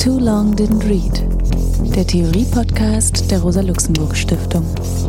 Too Long Didn't Read, der Theorie-Podcast der Rosa-Luxemburg-Stiftung.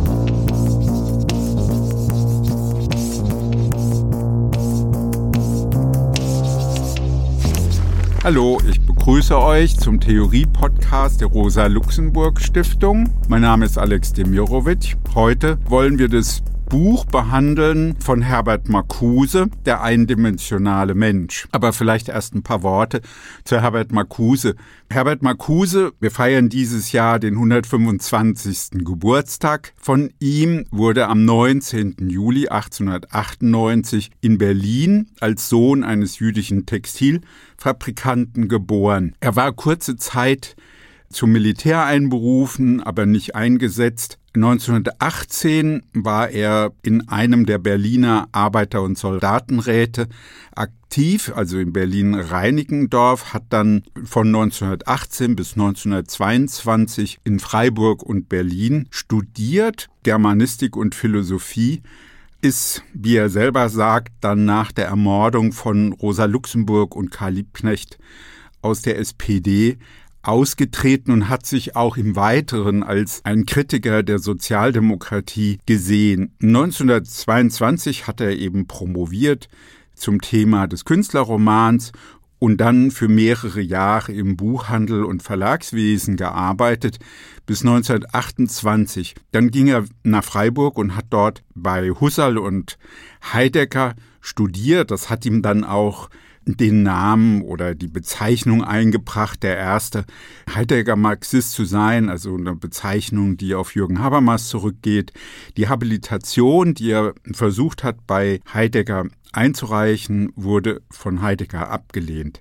Hallo, ich begrüße euch zum Theorie-Podcast der Rosa-Luxemburg-Stiftung. Mein Name ist Alex Demirovic. Heute wollen wir das Buch behandeln von Herbert Marcuse, Der eindimensionale Mensch. Aber vielleicht erst ein paar Worte zu Herbert Marcuse. Herbert Marcuse, wir feiern dieses Jahr den 125. Geburtstag von ihm, wurde am 19. Juli 1898 in Berlin als Sohn eines jüdischen Textilfabrikanten geboren. Er war kurze Zeit zum Militär einberufen, aber nicht eingesetzt. 1918 war er in einem der Berliner Arbeiter- und Soldatenräte aktiv, also in Berlin-Reinickendorf, hat dann von 1918 bis 1922 in Freiburg und Berlin studiert, Germanistik und Philosophie, ist, wie er selber sagt, dann nach der Ermordung von Rosa Luxemburg und Karl Liebknecht aus der SPD ausgetreten und hat sich auch im Weiteren als ein Kritiker der Sozialdemokratie gesehen. 1922 hat er eben promoviert zum Thema des Künstlerromans und dann für mehrere Jahre im Buchhandel und Verlagswesen gearbeitet, bis 1928. Dann ging er nach Freiburg und hat dort bei Husserl und Heidegger studiert. Das hat ihm dann auch den Namen oder die Bezeichnung eingebracht, der erste Heidegger-Marxist zu sein, also eine Bezeichnung, die auf Jürgen Habermas zurückgeht. Die Habilitation, die er versucht hat, bei Heidegger einzureichen, wurde von Heidegger abgelehnt.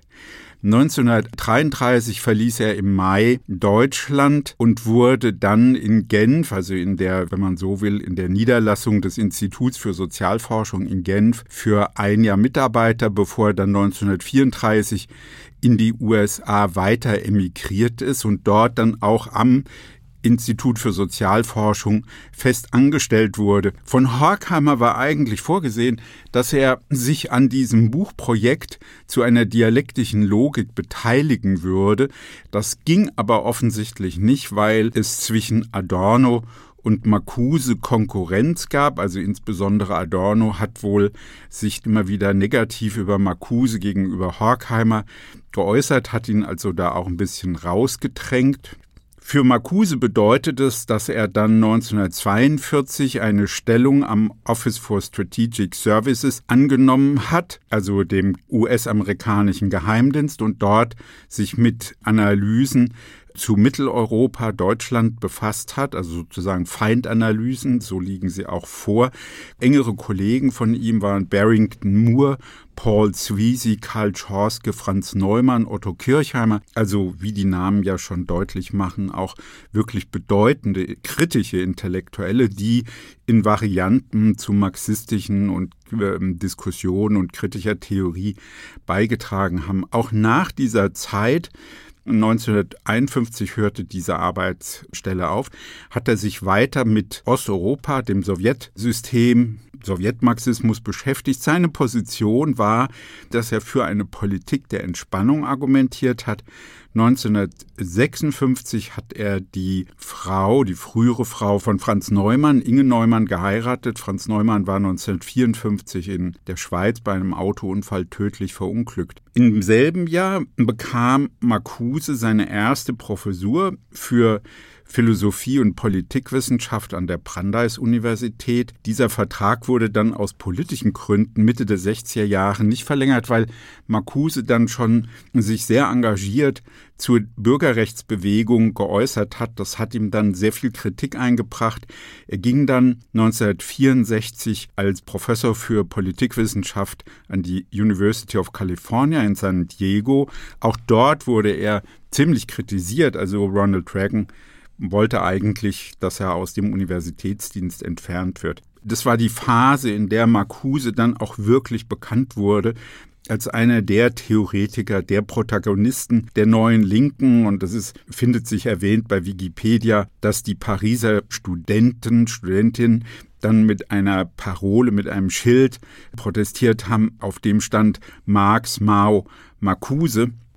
1933 verließ er im Mai Deutschland und wurde dann in Genf, also in der, wenn man so will, in der Niederlassung des Instituts für Sozialforschung in Genf für ein Jahr Mitarbeiter, bevor er dann 1934 in die USA weiter emigriert ist und dort dann auch am Institut für Sozialforschung fest angestellt wurde. Von Horkheimer war eigentlich vorgesehen, dass er sich an diesem Buchprojekt zu einer dialektischen Logik beteiligen würde. Das ging aber offensichtlich nicht, weil es zwischen Adorno und Marcuse Konkurrenz gab, also insbesondere Adorno hat wohl sich immer wieder negativ über Marcuse gegenüber Horkheimer geäußert, hat ihn also da auch ein bisschen rausgedrängt. Für Marcuse bedeutet es, dass er dann 1942 eine Stellung am Office for Strategic Services angenommen hat, also dem US-amerikanischen Geheimdienst, und dort sich mit Analysen zu Mitteleuropa, Deutschland befasst hat, also sozusagen Feindanalysen, so liegen sie auch vor. Engere Kollegen von ihm waren Barrington Moore, Paul Sweezy, Karl Schorske, Franz Neumann, Otto Kirchheimer, also wie die Namen ja schon deutlich machen, auch wirklich bedeutende kritische Intellektuelle, die in Varianten zu marxistischen und Diskussionen und kritischer Theorie beigetragen haben. Auch nach dieser Zeit 1951 hörte diese Arbeitsstelle auf, hat er sich weiter mit Osteuropa, dem Sowjetsystem, Sowjetmarxismus beschäftigt. Seine Position war, dass er für eine Politik der Entspannung argumentiert hat. 1956 hat er die frühere Frau von Franz Neumann, Inge Neumann, geheiratet. Franz Neumann war 1954 in der Schweiz bei einem Autounfall tödlich verunglückt. Im selben Jahr bekam Marcuse seine erste Professur für Philosophie und Politikwissenschaft an der Brandeis-Universität. Dieser Vertrag wurde dann aus politischen Gründen Mitte der 60er Jahre nicht verlängert, weil Marcuse dann schon sich sehr engagiert zur Bürgerrechtsbewegung geäußert hat. Das hat ihm dann sehr viel Kritik eingebracht. Er ging dann 1964 als Professor für Politikwissenschaft an die University of California in San Diego. Auch dort wurde er ziemlich kritisiert. Also Ronald Reagan wollte eigentlich, dass er aus dem Universitätsdienst entfernt wird. Das war die Phase, in der Marcuse dann auch wirklich bekannt wurde als einer der Theoretiker, der Protagonisten der neuen Linken. Und findet sich erwähnt bei Wikipedia, dass die Pariser Studentinnen dann mit einer Parole, mit einem Schild protestiert haben, auf dem stand Marx, Mao, Marcuse.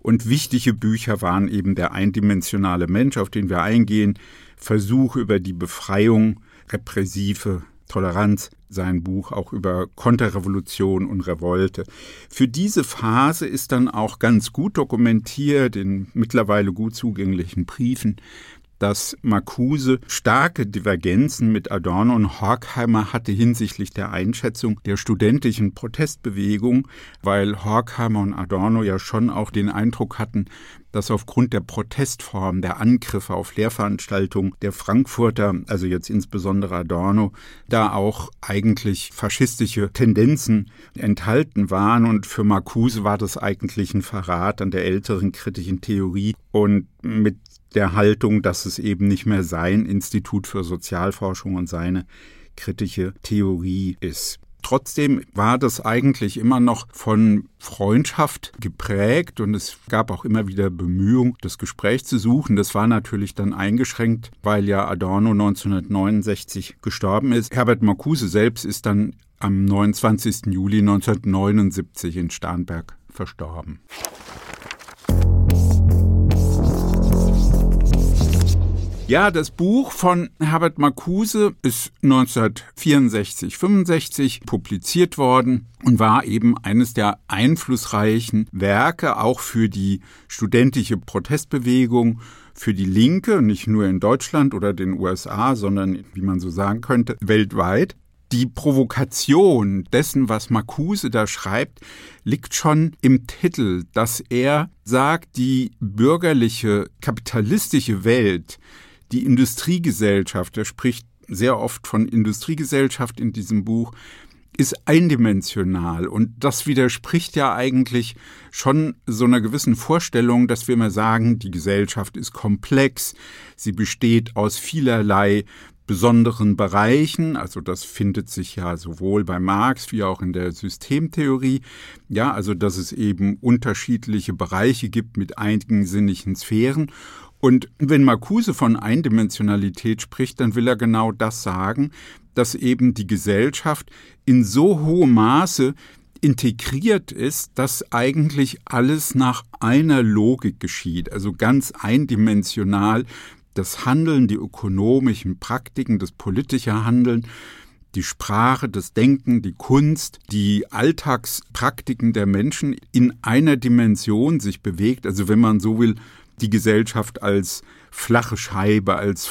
Und wichtige Bücher waren eben Der eindimensionale Mensch, auf den wir eingehen, Versuch über die Befreiung, repressive Toleranz, sein Buch auch über Konterrevolution und Revolte. Für diese Phase ist dann auch ganz gut dokumentiert in mittlerweile gut zugänglichen Briefen, dass Marcuse starke Divergenzen mit Adorno und Horkheimer hatte hinsichtlich der Einschätzung der studentischen Protestbewegung, weil Horkheimer und Adorno ja schon auch den Eindruck hatten, dass aufgrund der Protestform, der Angriffe auf Lehrveranstaltungen der Frankfurter, also jetzt insbesondere Adorno, da auch eigentlich faschistische Tendenzen enthalten waren. Und für Marcuse war das eigentlich ein Verrat an der älteren kritischen Theorie und mit der Haltung, dass es eben nicht mehr sein Institut für Sozialforschung und seine kritische Theorie ist. Trotzdem war das eigentlich immer noch von Freundschaft geprägt und es gab auch immer wieder Bemühungen, das Gespräch zu suchen. Das war natürlich dann eingeschränkt, weil ja Adorno 1969 gestorben ist. Herbert Marcuse selbst ist dann am 29. Juli 1979 in Starnberg verstorben. Ja, das Buch von Herbert Marcuse ist 1964/65 publiziert worden und war eben eines der einflussreichen Werke auch für die studentische Protestbewegung, für die Linke, nicht nur in Deutschland oder den USA, sondern, wie man so sagen könnte, weltweit. Die Provokation dessen, was Marcuse da schreibt, liegt schon im Titel, dass er sagt, die bürgerliche, kapitalistische Welt, die Industriegesellschaft, er spricht sehr oft von Industriegesellschaft in diesem Buch, ist eindimensional. Und das widerspricht ja eigentlich schon so einer gewissen Vorstellung, dass wir immer sagen, die Gesellschaft ist komplex, sie besteht aus vielerlei besonderen Bereichen, also das findet sich ja sowohl bei Marx wie auch in der Systemtheorie, ja, also dass es eben unterschiedliche Bereiche gibt mit eigensinnigen Sphären. Und wenn Marcuse von Eindimensionalität spricht, dann will er genau das sagen, dass eben die Gesellschaft in so hohem Maße integriert ist, dass eigentlich alles nach einer Logik geschieht, also ganz eindimensional. Das Handeln, die ökonomischen Praktiken, das politische Handeln, die Sprache, das Denken, die Kunst, die Alltagspraktiken der Menschen in einer Dimension sich bewegt. Also wenn man so will, die Gesellschaft als flache Scheibe, als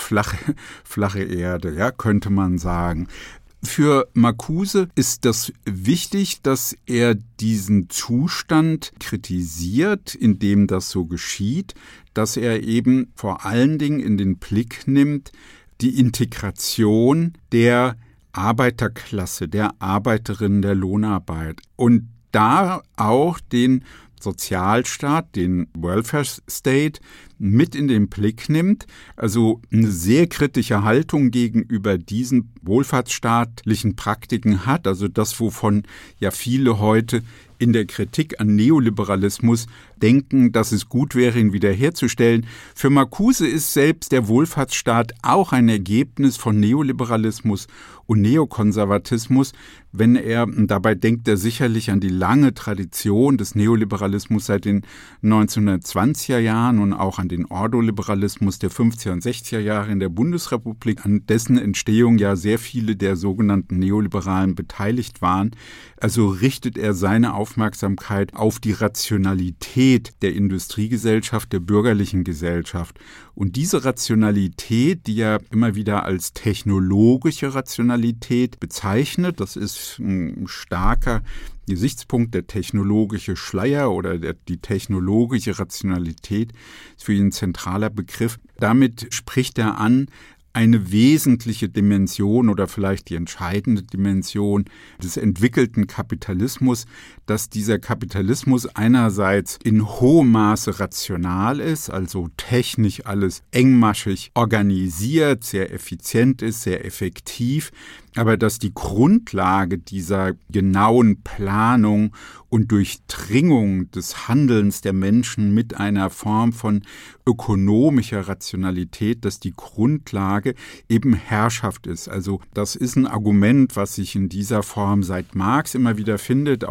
flache Erde, ja, könnte man sagen. Für Marcuse ist das wichtig, dass er diesen Zustand kritisiert, in dem das so geschieht, dass er eben vor allen Dingen in den Blick nimmt, die Integration der Arbeiterklasse, der Arbeiterinnen der Lohnarbeit und da auch den Sozialstaat, den Welfare State, mit in den Blick nimmt, also eine sehr kritische Haltung gegenüber diesen wohlfahrtsstaatlichen Praktiken hat, also das, wovon ja viele heute in der Kritik an Neoliberalismus denken, dass es gut wäre, ihn wiederherzustellen. Für Marcuse ist selbst der Wohlfahrtsstaat auch ein Ergebnis von Neoliberalismus und Neokonservatismus. Wenn er, dabei denkt er sicherlich an die lange Tradition des Neoliberalismus seit den 1920er Jahren und auch an den Ordoliberalismus der 50er und 60er Jahre in der Bundesrepublik, an dessen Entstehung ja sehr viele der sogenannten Neoliberalen beteiligt waren. Also richtet er seine Aufmerksamkeit auf die Rationalität der Industriegesellschaft, der bürgerlichen Gesellschaft. Und diese Rationalität, die er immer wieder als technologische Rationalität bezeichnet, das ist ein starker Gesichtspunkt, der technologische Schleier oder die technologische Rationalität ist für ihn ein zentraler Begriff. Damit spricht er an eine wesentliche Dimension oder vielleicht die entscheidende Dimension des entwickelten Kapitalismus, dass dieser Kapitalismus einerseits in hohem Maße rational ist, also technisch alles engmaschig organisiert, sehr effizient ist, sehr effektiv, aber dass die Grundlage dieser genauen Planung und Durchdringung des Handelns der Menschen mit einer Form von ökonomischer Rationalität, dass die Grundlage eben Herrschaft ist. Also das ist ein Argument, was sich in dieser Form seit Marx immer wieder findet, auch in der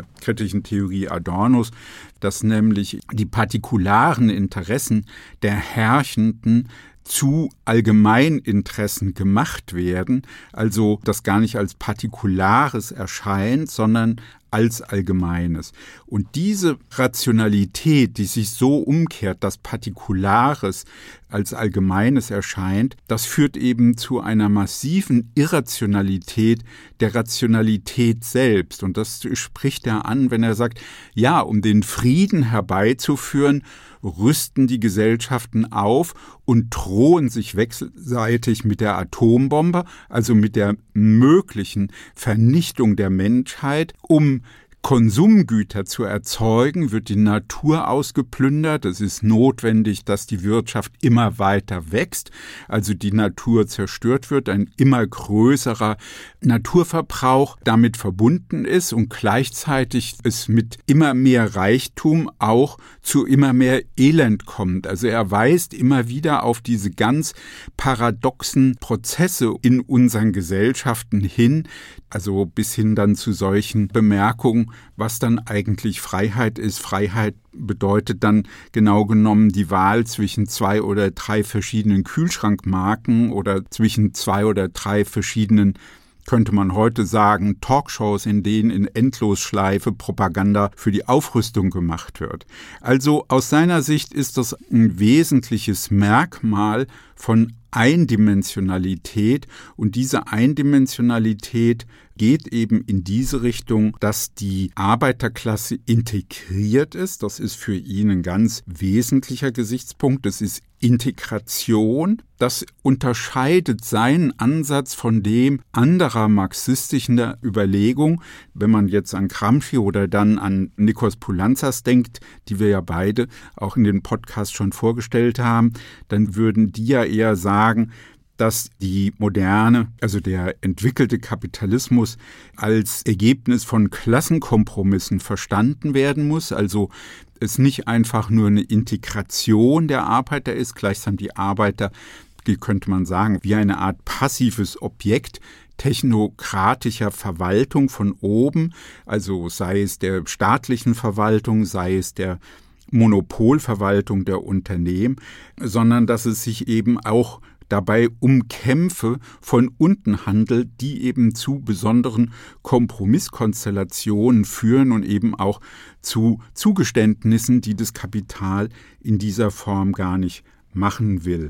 der kritischen Theorie Adornos, dass nämlich die partikularen Interessen der Herrschenden zu Allgemeininteressen gemacht werden, also das gar nicht als Partikulares erscheint, sondern als Allgemeines. Und diese Rationalität, die sich so umkehrt, dass Partikulares als Allgemeines erscheint, das führt eben zu einer massiven Irrationalität der Rationalität selbst. Und das spricht er an, wenn er sagt, ja, um den Frieden herbeizuführen, rüsten die Gesellschaften auf und drohen sich wechselseitig mit der Atombombe, also mit der möglichen Vernichtung der Menschheit, um Konsumgüter zu erzeugen, wird die Natur ausgeplündert. Es ist notwendig, dass die Wirtschaft immer weiter wächst, also die Natur zerstört wird, ein immer größerer Naturverbrauch damit verbunden ist und gleichzeitig es mit immer mehr Reichtum auch zu immer mehr Elend kommt. Also er weist immer wieder auf diese ganz paradoxen Prozesse in unseren Gesellschaften hin, also bis hin dann zu solchen Bemerkungen, was dann eigentlich Freiheit ist. Freiheit bedeutet dann genau genommen die Wahl zwischen 2 oder 3 verschiedenen Kühlschrankmarken oder zwischen 2 oder 3 verschiedenen, könnte man heute sagen, Talkshows, in denen in Endlosschleife Propaganda für die Aufrüstung gemacht wird. Also aus seiner Sicht ist das ein wesentliches Merkmal von Eindimensionalität, und diese Eindimensionalität geht eben in diese Richtung, dass die Arbeiterklasse integriert ist. Das ist für ihn ein ganz wesentlicher Gesichtspunkt. Das ist Integration. Das unterscheidet seinen Ansatz von dem anderer marxistischer Überlegung. Wenn man jetzt an Gramsci oder dann an Nikos Poulantzas denkt, die wir ja beide auch in den Podcast schon vorgestellt haben, dann würden die ja eher sagen, dass die moderne, also der entwickelte Kapitalismus als Ergebnis von Klassenkompromissen verstanden werden muss, also es nicht einfach nur eine Integration der Arbeiter ist, gleichsam die Arbeiter, die könnte man sagen, wie eine Art passives Objekt technokratischer Verwaltung von oben, also sei es der staatlichen Verwaltung, sei es der Monopolverwaltung der Unternehmen, sondern dass es sich eben auch dabei um Kämpfe von unten handelt, die eben zu besonderen Kompromisskonstellationen führen und eben auch zu Zugeständnissen, die das Kapital in dieser Form gar nicht machen will.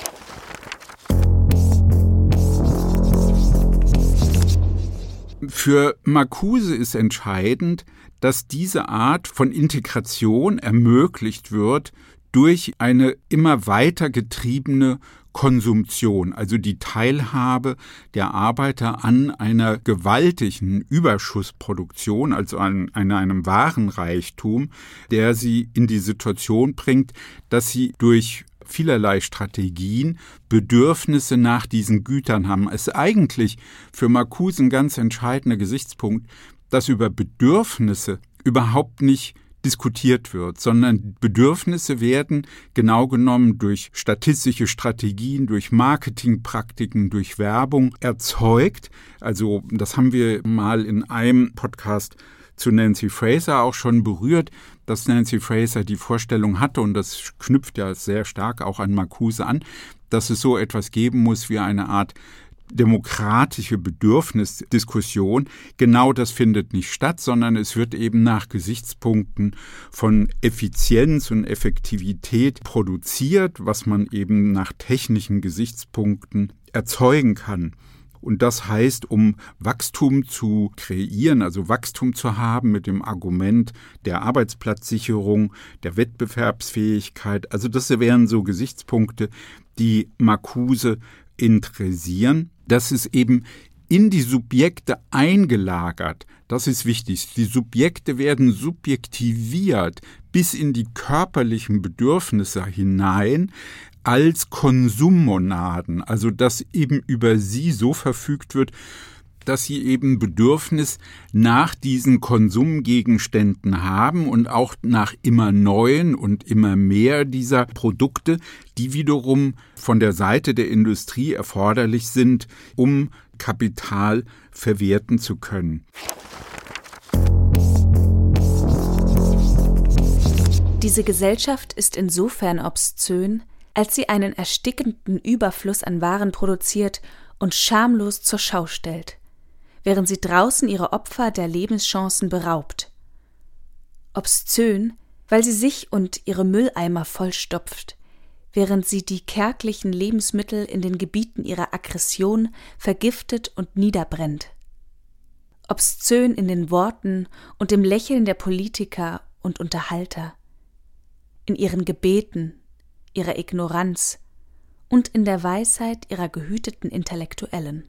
Für Marcuse ist entscheidend, dass diese Art von Integration ermöglicht wird durch eine immer weiter getriebene Konsumtion, also die Teilhabe der Arbeiter an einer gewaltigen Überschussproduktion, also an einem Warenreichtum, der sie in die Situation bringt, dass sie durch vielerlei Strategien Bedürfnisse nach diesen Gütern haben. Es ist eigentlich für Marcuse ein ganz entscheidender Gesichtspunkt, dass über Bedürfnisse überhaupt nicht diskutiert wird, sondern Bedürfnisse werden genau genommen durch statistische Strategien, durch Marketingpraktiken, durch Werbung erzeugt. Also das haben wir mal in einem Podcast zu Nancy Fraser auch schon berührt, dass Nancy Fraser die Vorstellung hatte, und das knüpft ja sehr stark auch an Marcuse an, dass es so etwas geben muss wie eine Art demokratische Bedürfnisdiskussion. Genau das findet nicht statt, sondern es wird eben nach Gesichtspunkten von Effizienz und Effektivität produziert, was man eben nach technischen Gesichtspunkten erzeugen kann. Und das heißt, um Wachstum zu kreieren, also Wachstum zu haben mit dem Argument der Arbeitsplatzsicherung, der Wettbewerbsfähigkeit, also das wären so Gesichtspunkte, die Marcuse interessieren. Das ist eben in die Subjekte eingelagert. Das ist wichtig. Die Subjekte werden subjektiviert bis in die körperlichen Bedürfnisse hinein als Konsummonaden, also dass eben über sie so verfügt wird, dass sie eben Bedürfnis nach diesen Konsumgegenständen haben und auch nach immer neuen und immer mehr dieser Produkte, die wiederum von der Seite der Industrie erforderlich sind, um Kapital verwerten zu können. Diese Gesellschaft ist insofern obszön, als sie einen erstickenden Überfluss an Waren produziert und schamlos zur Schau stellt, während sie draußen ihre Opfer der Lebenschancen beraubt. Obszön, weil sie sich und ihre Mülleimer vollstopft, während sie die kärglichen Lebensmittel in den Gebieten ihrer Aggression vergiftet und niederbrennt. Obszön in den Worten und dem Lächeln der Politiker und Unterhalter, in ihren Gebeten, ihrer Ignoranz und in der Weisheit ihrer gehüteten Intellektuellen.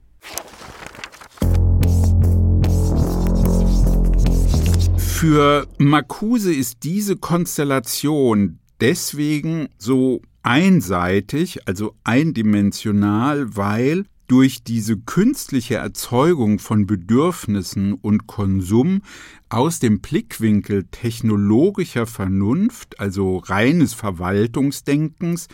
Für Marcuse ist diese Konstellation deswegen so einseitig, also eindimensional, weil durch diese künstliche Erzeugung von Bedürfnissen und Konsum aus dem Blickwinkel technologischer Vernunft, also reines Verwaltungsdenkens,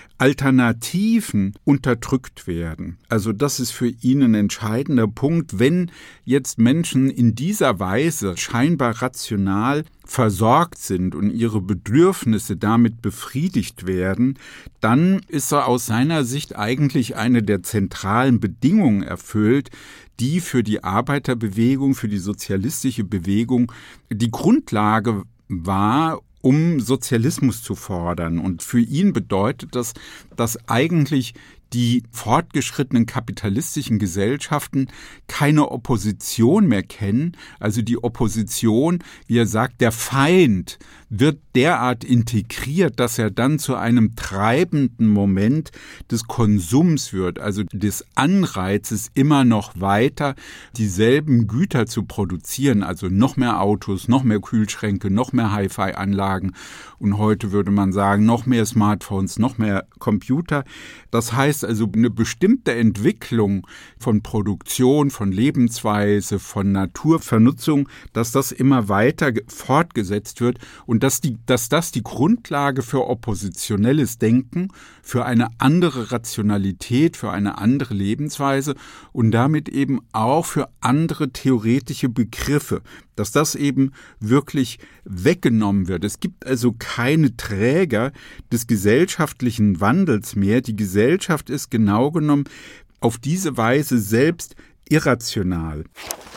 Alternativen unterdrückt werden. Also das ist für ihn ein entscheidender Punkt. Wenn jetzt Menschen in dieser Weise scheinbar rational versorgt sind und ihre Bedürfnisse damit befriedigt werden, dann ist er aus seiner Sicht eigentlich eine der zentralen Bedingungen erfüllt, die für die Arbeiterbewegung, für die sozialistische Bewegung die Grundlage war, um Sozialismus zu fordern. Und für ihn bedeutet das, dass eigentlich die fortgeschrittenen kapitalistischen Gesellschaften keine Opposition mehr kennen. Also die Opposition, wie er sagt, der Feind wird derart integriert, dass er dann zu einem treibenden Moment des Konsums wird, also des Anreizes, immer noch weiter dieselben Güter zu produzieren, also noch mehr Autos, noch mehr Kühlschränke, noch mehr Hi-Fi-Anlagen und heute würde man sagen, noch mehr Smartphones, noch mehr Computer. Das heißt also, eine bestimmte Entwicklung von Produktion, von Lebensweise, von Naturvernutzung, dass das immer weiter fortgesetzt wird und dass das die Grundlage für oppositionelles Denken, für eine andere Rationalität, für eine andere Lebensweise und damit eben auch für andere theoretische Begriffe, dass das eben wirklich weggenommen wird. Es gibt also keine Träger des gesellschaftlichen Wandels mehr. Die Gesellschaft ist genau genommen auf diese Weise selbst irrational.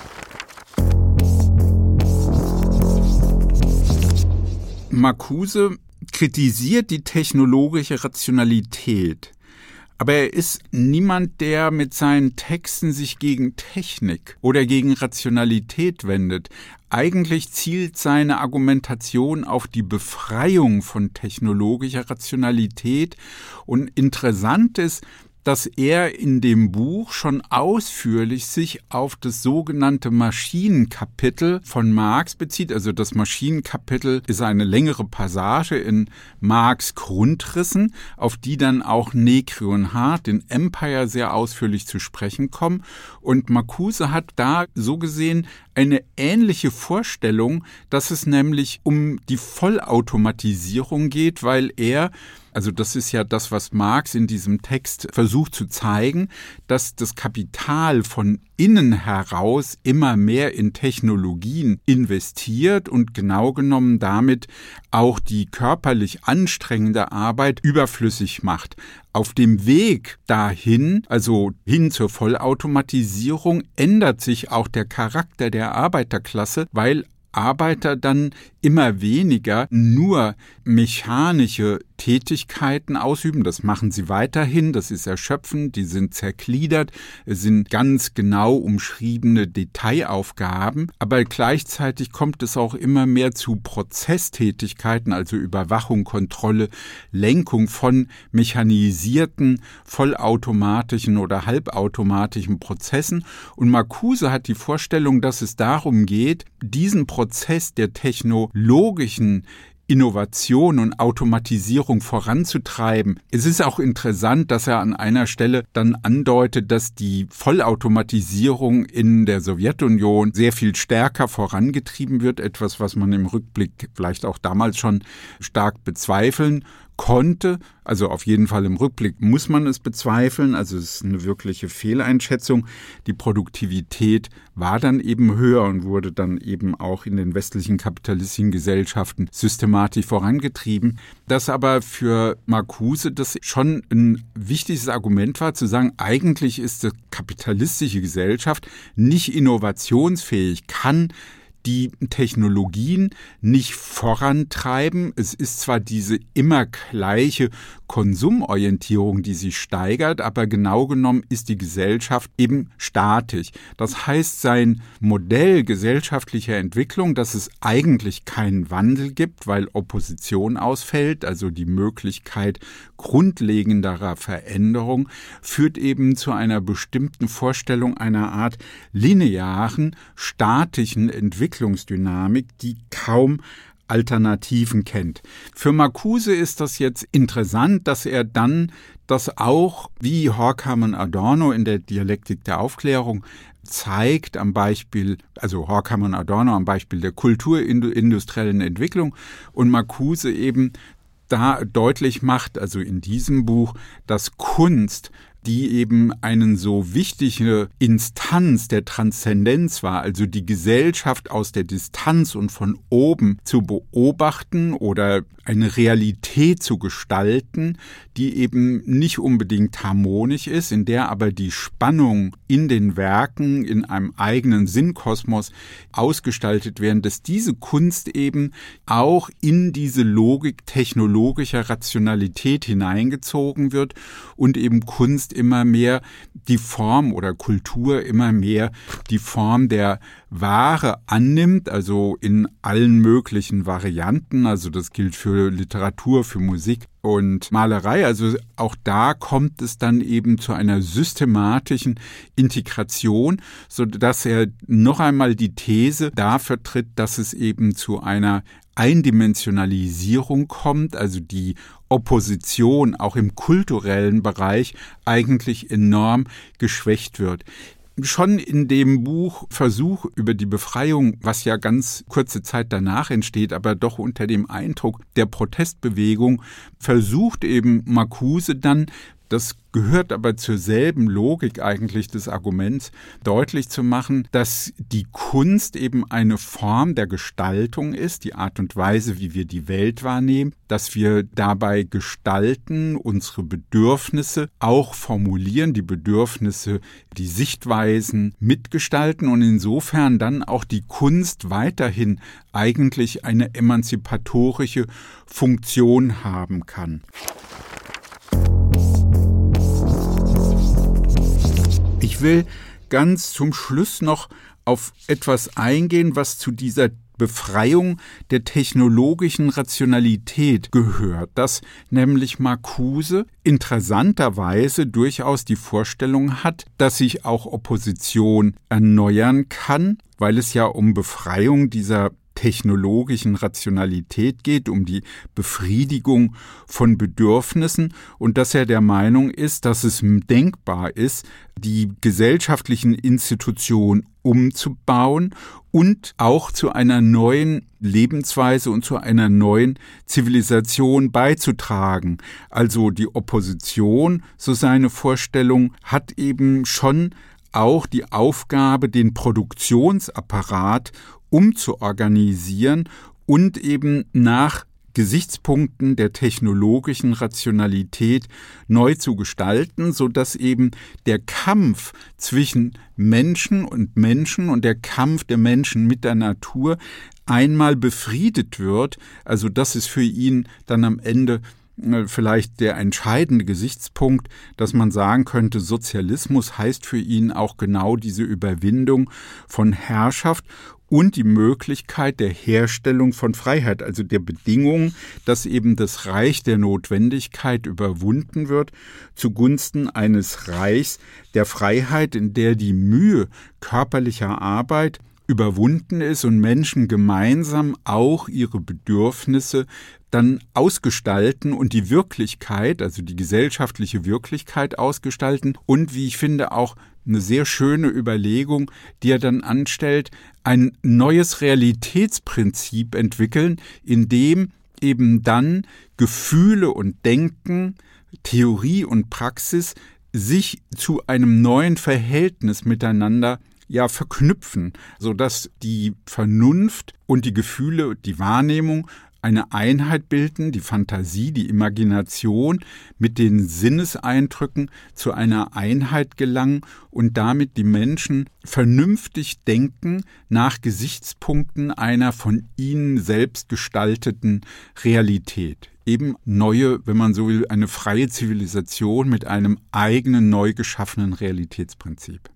Marcuse kritisiert die technologische Rationalität, aber er ist niemand, der mit seinen Texten sich gegen Technik oder gegen Rationalität wendet. Eigentlich zielt seine Argumentation auf die Befreiung von technologischer Rationalität und interessant ist, dass er in dem Buch schon ausführlich sich auf das sogenannte Maschinenkapitel von Marx bezieht. Also das Maschinenkapitel ist eine längere Passage in Marx' Grundrissen, auf die dann auch Negri und Hart in Empire sehr ausführlich zu sprechen kommen. Und Marcuse hat da so gesehen eine ähnliche Vorstellung, dass es nämlich um die Vollautomatisierung geht, weil also das ist ja das, was Marx in diesem Text versucht zu zeigen, dass das Kapital von innen heraus immer mehr in Technologien investiert und genau genommen damit auch die körperlich anstrengende Arbeit überflüssig macht. Auf dem Weg dahin, also hin zur Vollautomatisierung, ändert sich auch der Charakter der Arbeiterklasse, weil Arbeiter dann immer weniger nur mechanische Tätigkeiten ausüben. Das machen sie weiterhin, das ist erschöpfend, die sind zergliedert, es sind ganz genau umschriebene Detailaufgaben, aber gleichzeitig kommt es auch immer mehr zu Prozesstätigkeiten, also Überwachung, Kontrolle, Lenkung von mechanisierten, vollautomatischen oder halbautomatischen Prozessen. Und Marcuse hat die Vorstellung, dass es darum geht, diesen Prozess der technologischen Innovation und Automatisierung voranzutreiben. Es ist auch interessant, dass er an einer Stelle dann andeutet, dass die Vollautomatisierung in der Sowjetunion sehr viel stärker vorangetrieben wird. Etwas, was man im Rückblick vielleicht auch damals schon stark bezweifeln konnte, also auf jeden Fall im Rückblick muss man es bezweifeln, also es ist eine wirkliche Fehleinschätzung. Die Produktivität war dann eben höher und wurde dann eben auch in den westlichen kapitalistischen Gesellschaften systematisch vorangetrieben. Dass aber für Marcuse das schon ein wichtiges Argument war, zu sagen, eigentlich ist die kapitalistische Gesellschaft nicht innovationsfähig, kann die Technologien nicht vorantreiben. Es ist zwar diese immer gleiche Konsumorientierung, die sich steigert, aber genau genommen ist die Gesellschaft eben statisch. Das heißt, sein Modell gesellschaftlicher Entwicklung, dass es eigentlich keinen Wandel gibt, weil Opposition ausfällt, also die Möglichkeit grundlegenderer Veränderung, führt eben zu einer bestimmten Vorstellung einer Art linearen, statischen Entwicklungsdynamik, die kaum Alternativen kennt. Für Marcuse ist das jetzt interessant, dass er dann das auch, wie Horkheimer und Adorno in der Dialektik der Aufklärung zeigt, am Beispiel, also Horkheimer und Adorno am Beispiel der kulturindustriellen Entwicklung und Marcuse eben da deutlich macht, also in diesem Buch, dass Kunst, die eben eine so wichtige Instanz der Transzendenz war, also die Gesellschaft aus der Distanz und von oben zu beobachten oder eine Realität zu gestalten, die eben nicht unbedingt harmonisch ist, in der aber die Spannung in den Werken, in einem eigenen Sinnkosmos ausgestaltet werden, dass diese Kunst eben auch in diese Logik technologischer Rationalität hineingezogen wird und eben Kunst immer mehr die Form oder Kultur immer mehr die Form der Ware annimmt, also in allen möglichen Varianten, also das gilt für Literatur, für Musik und Malerei, also auch da kommt es dann eben zu einer systematischen Integration, sodass er noch einmal die These da vertritt, dass es eben zu einer Eindimensionalisierung kommt, also die Opposition auch im kulturellen Bereich eigentlich enorm geschwächt wird. Schon in dem Buch Versuch über die Befreiung, was ja ganz kurze Zeit danach entsteht, aber doch unter dem Eindruck der Protestbewegung, versucht eben Marcuse dann, das gehört aber zur selben Logik eigentlich des Arguments, deutlich zu machen, dass die Kunst eben eine Form der Gestaltung ist, die Art und Weise, wie wir die Welt wahrnehmen, dass wir dabei gestalten, unsere Bedürfnisse auch formulieren, die Bedürfnisse, die Sichtweisen mitgestalten und insofern dann auch die Kunst weiterhin eigentlich eine emanzipatorische Funktion haben kann. Ich will ganz zum Schluss noch auf etwas eingehen, was zu dieser Befreiung der technologischen Rationalität gehört, dass nämlich Marcuse interessanterweise durchaus die Vorstellung hat, dass sich auch Opposition erneuern kann, weil es ja um Befreiung dieser technologischen Rationalität geht, um die Befriedigung von Bedürfnissen und dass er der Meinung ist, dass es denkbar ist, die gesellschaftlichen Institutionen umzubauen und auch zu einer neuen Lebensweise und zu einer neuen Zivilisation beizutragen. Also die Opposition, so seine Vorstellung, hat eben schon auch die Aufgabe, den Produktionsapparat umzuorganisieren und eben nach Gesichtspunkten der technologischen Rationalität neu zu gestalten, sodass eben der Kampf zwischen Menschen und der Kampf der Menschen mit der Natur einmal befriedet wird. Also das ist für ihn dann am Ende vielleicht der entscheidende Gesichtspunkt, dass man sagen könnte, Sozialismus heißt für ihn auch genau diese Überwindung von Herrschaft und die Möglichkeit der Herstellung von Freiheit, also der Bedingung, dass eben das Reich der Notwendigkeit überwunden wird, zugunsten eines Reichs der Freiheit, in der die Mühe körperlicher Arbeit überwunden ist und Menschen gemeinsam auch ihre Bedürfnisse dann ausgestalten und die Wirklichkeit, also die gesellschaftliche Wirklichkeit ausgestalten und, wie ich finde, auch eine sehr schöne Überlegung, die er dann anstellt, ein neues Realitätsprinzip entwickeln, in dem eben dann Gefühle und Denken, Theorie und Praxis sich zu einem neuen Verhältnis miteinander verknüpfen, sodass die Vernunft und die Gefühle, die Wahrnehmung eine Einheit bilden, die Fantasie, die Imagination mit den Sinneseindrücken zu einer Einheit gelangen und damit die Menschen vernünftig denken nach Gesichtspunkten einer von ihnen selbst gestalteten Realität. Eben neue, wenn man so will, eine freie Zivilisation mit einem eigenen, neu geschaffenen Realitätsprinzip.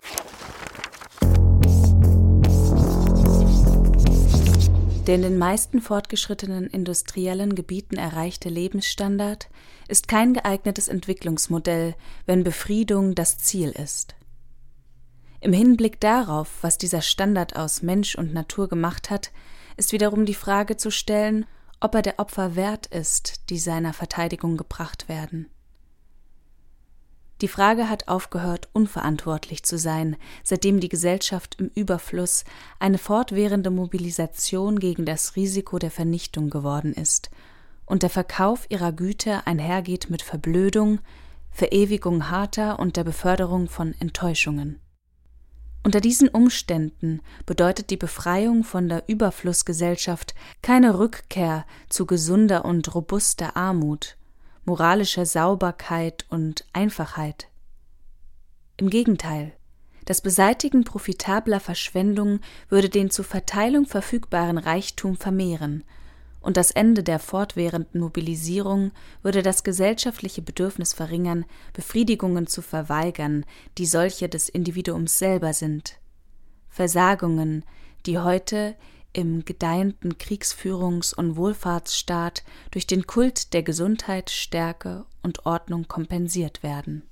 Der in den meisten fortgeschrittenen industriellen Gebieten erreichte Lebensstandard ist kein geeignetes Entwicklungsmodell, wenn Befriedung das Ziel ist. Im Hinblick darauf, was dieser Standard aus Mensch und Natur gemacht hat, ist wiederum die Frage zu stellen, ob er der Opfer wert ist, die seiner Verteidigung gebracht werden. Die Frage hat aufgehört, unverantwortlich zu sein, seitdem die Gesellschaft im Überfluss eine fortwährende Mobilisation gegen das Risiko der Vernichtung geworden ist und der Verkauf ihrer Güter einhergeht mit Verblödung, Verewigung harter und der Beförderung von Enttäuschungen. Unter diesen Umständen bedeutet die Befreiung von der Überflussgesellschaft keine Rückkehr zu gesunder und robuster Armut, moralischer Sauberkeit und Einfachheit. Im Gegenteil, das Beseitigen profitabler Verschwendung würde den zur Verteilung verfügbaren Reichtum vermehren, und das Ende der fortwährenden Mobilisierung würde das gesellschaftliche Bedürfnis verringern, Befriedigungen zu verweigern, die solche des Individuums selber sind. Versagungen, die heute im gedeihenden Kriegsführungs- und Wohlfahrtsstaat durch den Kult der Gesundheit, Stärke und Ordnung kompensiert werden.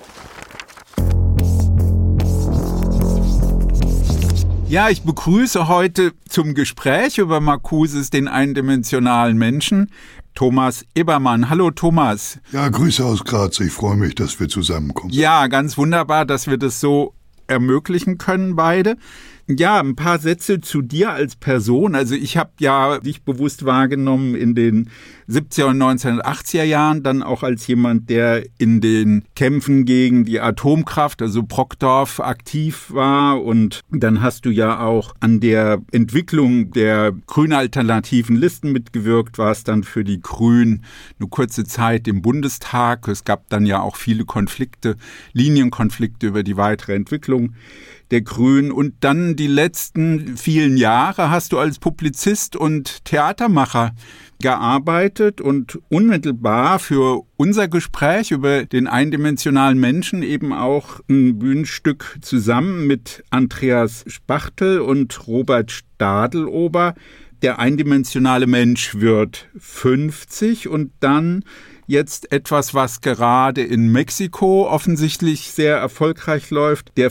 Ja, ich begrüße heute zum Gespräch über Marcuses Den eindimensionalen Menschen Thomas Ebermann. Hallo Thomas. Ja, Grüße aus Graz. Ich freue mich, dass wir zusammenkommen. Ja, ganz wunderbar, dass wir das so ermöglichen können beide. Ja, ein paar Sätze zu dir als Person. Also ich habe ja dich bewusst wahrgenommen in den 70er und 1980er Jahren, dann auch als jemand, der in den Kämpfen gegen die Atomkraft, also Brockdorf, aktiv war. Und dann hast du ja auch an der Entwicklung der grünen alternativen Listen mitgewirkt, warst dann für die Grünen eine kurze Zeit im Bundestag. Es gab dann ja auch viele Konflikte, Linienkonflikte über die weitere Entwicklung der Grünen. Und dann die letzten vielen Jahre hast du als Publizist und Theatermacher gearbeitet und unmittelbar für unser Gespräch über den eindimensionalen Menschen eben auch ein Bühnenstück zusammen mit Andreas Spachtel und Robert Stadelober. Der eindimensionale Mensch wird 50 und dann jetzt etwas, was gerade in Mexiko offensichtlich sehr erfolgreich läuft, der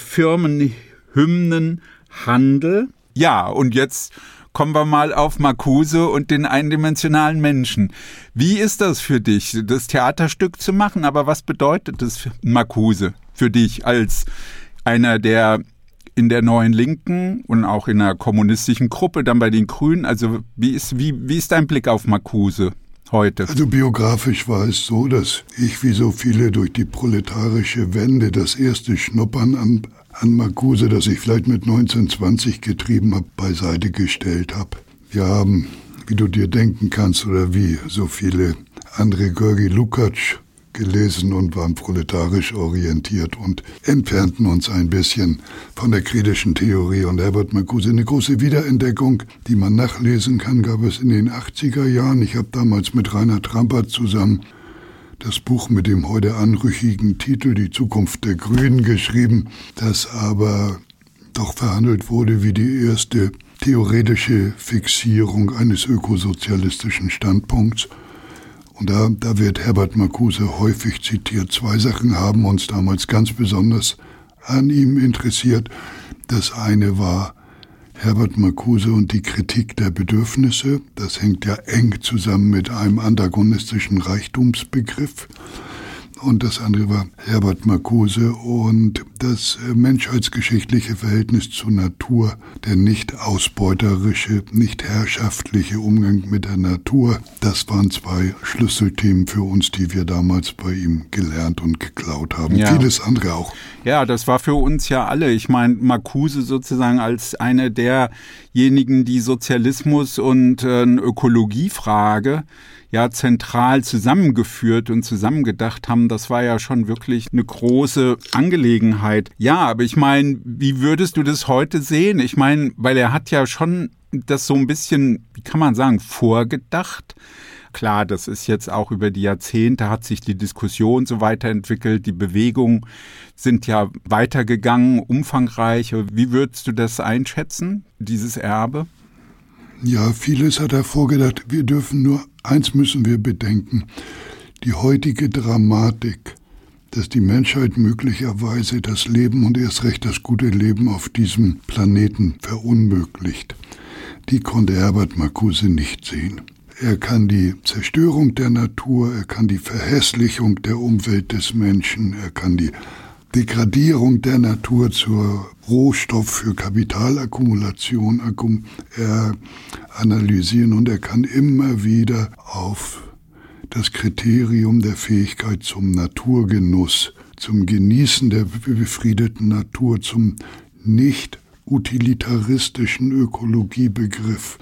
Firmenhymnenhandel. Ja, und jetzt kommen wir mal auf Marcuse und den eindimensionalen Menschen. Wie ist das für dich, das Theaterstück zu machen? Aber was bedeutet das für Marcuse für dich als einer, der in der Neuen Linken und auch in einer kommunistischen Gruppe, dann bei den Grünen, also wie ist dein Blick auf Marcuse heute? Also biografisch war es so, dass ich wie so viele durch die proletarische Wende das erste Schnuppern an Marcuse, das ich vielleicht mit 19, 20 getrieben habe, beiseite gestellt habe. Wir haben, wie du dir denken kannst oder wie so viele andere, Georgi Lukács gelesen und waren proletarisch orientiert und entfernten uns ein bisschen von der kritischen Theorie. Und Herbert Marcuse, eine große Wiederentdeckung, die man nachlesen kann, gab es in den 80er Jahren. Ich habe damals mit Rainer Trampert zusammen das Buch mit dem heute anrüchigen Titel Die Zukunft der Grünen geschrieben, das aber doch verhandelt wurde wie die erste theoretische Fixierung eines ökosozialistischen Standpunkts. Und da wird Herbert Marcuse häufig zitiert. Zwei Sachen haben uns damals ganz besonders an ihm interessiert. Das eine war Herbert Marcuse und die Kritik der Bedürfnisse. Das hängt ja eng zusammen mit einem antagonistischen Reichtumsbegriff. und das andere war Herbert Marcuse und das menschheitsgeschichtliche Verhältnis zur Natur, der nicht ausbeuterische, nicht herrschaftliche Umgang mit der Natur. Das waren 2 Schlüsselthemen für uns, die wir damals bei ihm gelernt und geklaut haben. Ja. Vieles andere auch. Ja, das war für uns ja alle. Ich meine, Marcuse sozusagen als eine derjenigen, die Sozialismus und Ökologiefrage ja zentral zusammengeführt und zusammengedacht haben, das war ja schon wirklich eine große Angelegenheit. Ja, aber ich meine, wie würdest du das heute sehen? Ich meine, weil er hat ja schon das so ein bisschen, wie kann man sagen, vorgedacht. Klar, das ist jetzt auch über die Jahrzehnte, hat sich die Diskussion so weiterentwickelt, die Bewegungen sind ja weitergegangen, umfangreich. Wie würdest du das einschätzen, dieses Erbe? Ja, vieles hat er vorgedacht. Wir dürfen nur, eins müssen wir bedenken, die heutige Dramatik, dass die Menschheit möglicherweise das Leben und erst recht das gute Leben auf diesem Planeten verunmöglicht, die konnte Herbert Marcuse nicht sehen. Er kann die Zerstörung der Natur, er kann die Verhässlichung der Umwelt des Menschen, er kann die Degradierung der Natur zur Rohstoff für Kapitalakkumulation analysieren und er kann immer wieder auf das Kriterium der Fähigkeit zum Naturgenuss, zum Genießen der befriedeten Natur, zum nicht utilitaristischen Ökologiebegriff,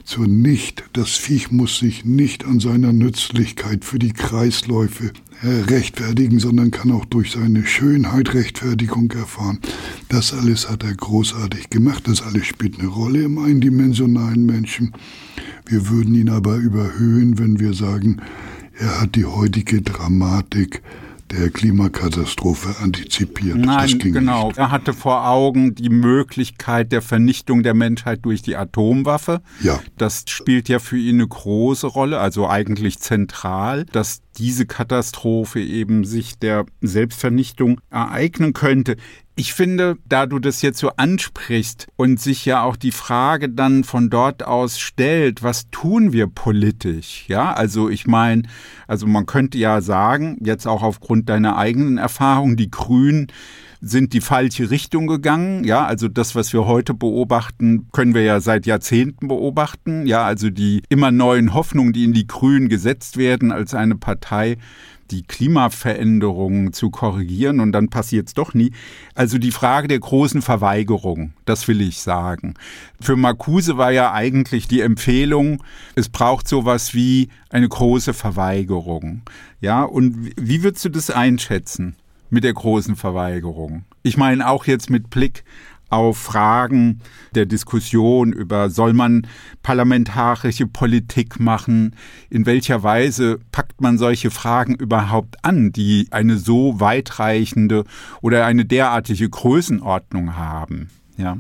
das Viech muss sich nicht an seiner Nützlichkeit für die Kreisläufe rechtfertigen, sondern kann auch durch seine Schönheit Rechtfertigung erfahren. Das alles hat er großartig gemacht, das alles spielt eine Rolle im eindimensionalen Menschen. Wir würden ihn aber überhöhen, wenn wir sagen, er hat die heutige Dramatik der Klimakatastrophe antizipiert. Nein, das ging genau. nicht. Er hatte vor Augen die Möglichkeit der Vernichtung der Menschheit durch die Atomwaffe. Ja. Das spielt ja für ihn eine große Rolle, also eigentlich zentral, dass diese Katastrophe eben sich der Selbstvernichtung ereignen könnte. Ich finde, da du das jetzt so ansprichst und sich ja auch die Frage dann von dort aus stellt, was tun wir politisch? Ja, also ich meine, man könnte ja sagen, jetzt auch aufgrund deiner eigenen Erfahrung, die Grünen sind die falsche Richtung gegangen. Ja, also das, was wir heute beobachten, können wir ja seit Jahrzehnten beobachten. Ja, also die immer neuen Hoffnungen, die in die Grünen gesetzt werden als eine Partei, die Klimaveränderungen zu korrigieren und dann passiert es doch nie. Also die Frage der großen Verweigerung, das will ich sagen. Für Marcuse war ja eigentlich die Empfehlung, es braucht sowas wie eine große Verweigerung. Ja, und wie würdest du das einschätzen mit der großen Verweigerung? Ich meine auch jetzt mit Blick auf Fragen der Diskussion über, soll man parlamentarische Politik machen? In welcher Weise packt man solche Fragen überhaupt an, die eine so weitreichende oder eine derartige Größenordnung haben? Ja,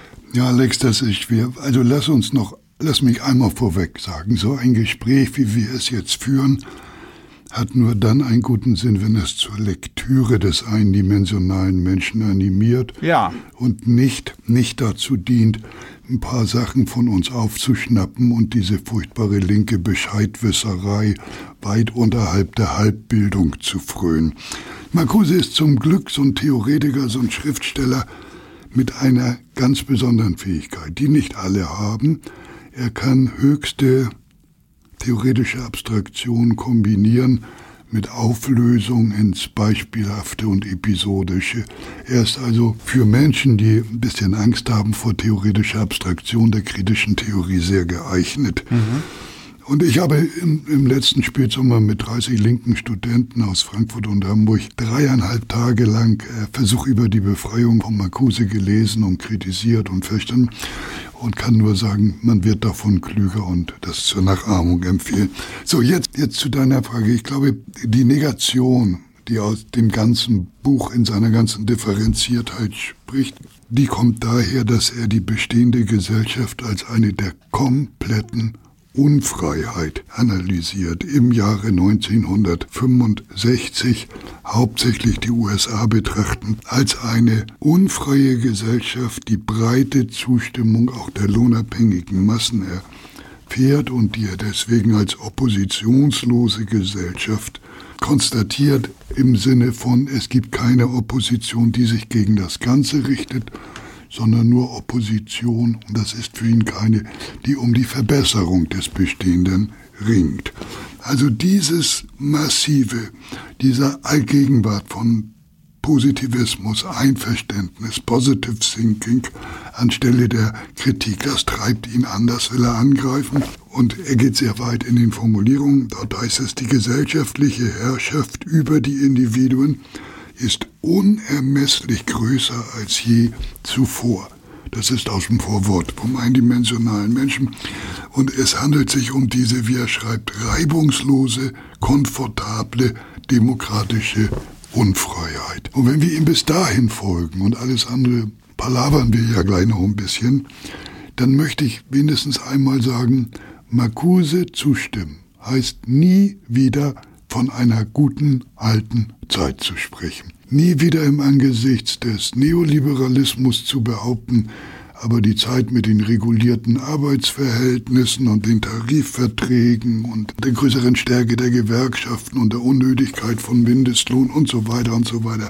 Alex, das ist schwer. Also lass mich einmal vorweg sagen, so ein Gespräch, wie wir es jetzt führen, hat nur dann einen guten Sinn, wenn es zur Lektüre des eindimensionalen Menschen animiert und nicht dazu dient, ein paar Sachen von uns aufzuschnappen und diese furchtbare linke Bescheidwisserei weit unterhalb der Halbbildung zu frönen. Marcuse ist zum Glück so ein Theoretiker, so ein Schriftsteller mit einer ganz besonderen Fähigkeit, die nicht alle haben. Er kann höchste theoretische Abstraktion kombinieren mit Auflösung ins Beispielhafte und Episodische. Er ist also für Menschen, die ein bisschen Angst haben vor theoretischer Abstraktion der kritischen Theorie, sehr geeignet. Und ich habe im letzten Spätsommer mit 30 linken Studenten aus Frankfurt und Hamburg 3,5 Tage lang Versuch über die Befreiung von Marcuse gelesen und kritisiert und verstanden und kann nur sagen, man wird davon klüger und das zur Nachahmung empfehlen. So, jetzt zu deiner Frage. Ich glaube, die Negation, die aus dem ganzen Buch in seiner ganzen Differenziertheit spricht, die kommt daher, dass er die bestehende Gesellschaft als eine der kompletten Unfreiheit analysiert. Im Jahre 1965 hauptsächlich die USA betrachten als eine unfreie Gesellschaft, die breite Zustimmung auch der lohnabhängigen Massen fährt und die er deswegen als oppositionslose Gesellschaft konstatiert im Sinne von, es gibt keine Opposition, die sich gegen das Ganze richtet, sondern nur Opposition, und das ist für ihn keine, die um die Verbesserung des Bestehenden ringt. Also dieses massive, dieser Allgegenwart von Positivismus, Einverständnis, Positive Thinking anstelle der Kritik, das treibt ihn an, das will er angreifen. Und er geht sehr weit in den Formulierungen. Dort heißt es, die gesellschaftliche Herrschaft über die Individuen ist unermesslich größer als je zuvor. Das ist aus dem Vorwort vom eindimensionalen Menschen. Und es handelt sich um diese, wie er schreibt, reibungslose, komfortable, demokratische Unfreiheit. Und wenn wir ihm bis dahin folgen und alles andere palavern wir ja gleich noch ein bisschen, dann möchte ich wenigstens einmal sagen, Marcuse zustimmen heißt nie wieder von einer guten alten Zeit zu sprechen. Nie wieder im Angesicht des Neoliberalismus zu behaupten, aber die Zeit mit den regulierten Arbeitsverhältnissen und den Tarifverträgen und der größeren Stärke der Gewerkschaften und der Unnötigkeit von Mindestlohn und so weiter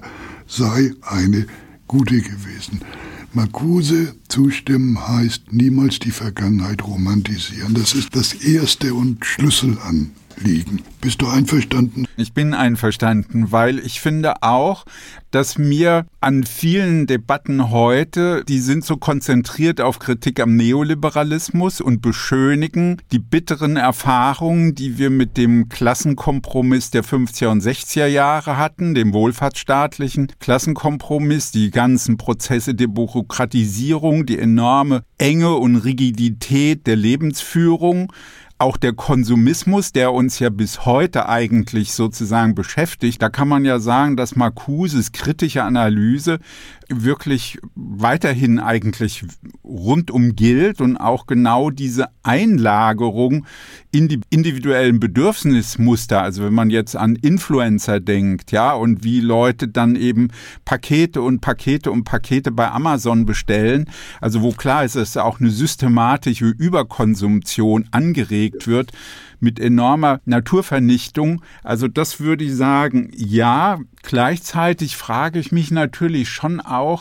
sei eine gute gewesen. Marcuse zustimmen heißt niemals die Vergangenheit romantisieren. Das ist das erste und Schlüsselanliegen. Bist du einverstanden? Ich bin einverstanden, weil ich finde auch, dass mir an vielen Debatten heute, die sind so konzentriert auf Kritik am Neoliberalismus und beschönigen die bitteren Erfahrungen, die wir mit dem Klassenkompromiss der 50er und 60er Jahre hatten, dem wohlfahrtsstaatlichen Klassenkompromiss, die ganzen Prozesse der Bürokratisierung, die enorme Enge und Rigidität der Lebensführung, auch der Konsumismus, der uns ja bis heute eigentlich sozusagen beschäftigt. Da kann man ja sagen, dass Marcuses kritische Analyse wirklich weiterhin eigentlich rundum gilt und auch genau diese Einlagerung in die individuellen Bedürfnismuster, also wenn man jetzt an Influencer denkt, ja, und wie Leute dann eben Pakete bei Amazon bestellen, also wo klar ist, dass auch eine systematische Überkonsumtion angeregt wird mit enormer Naturvernichtung. Also das würde ich sagen, ja. Gleichzeitig frage ich mich natürlich schon auch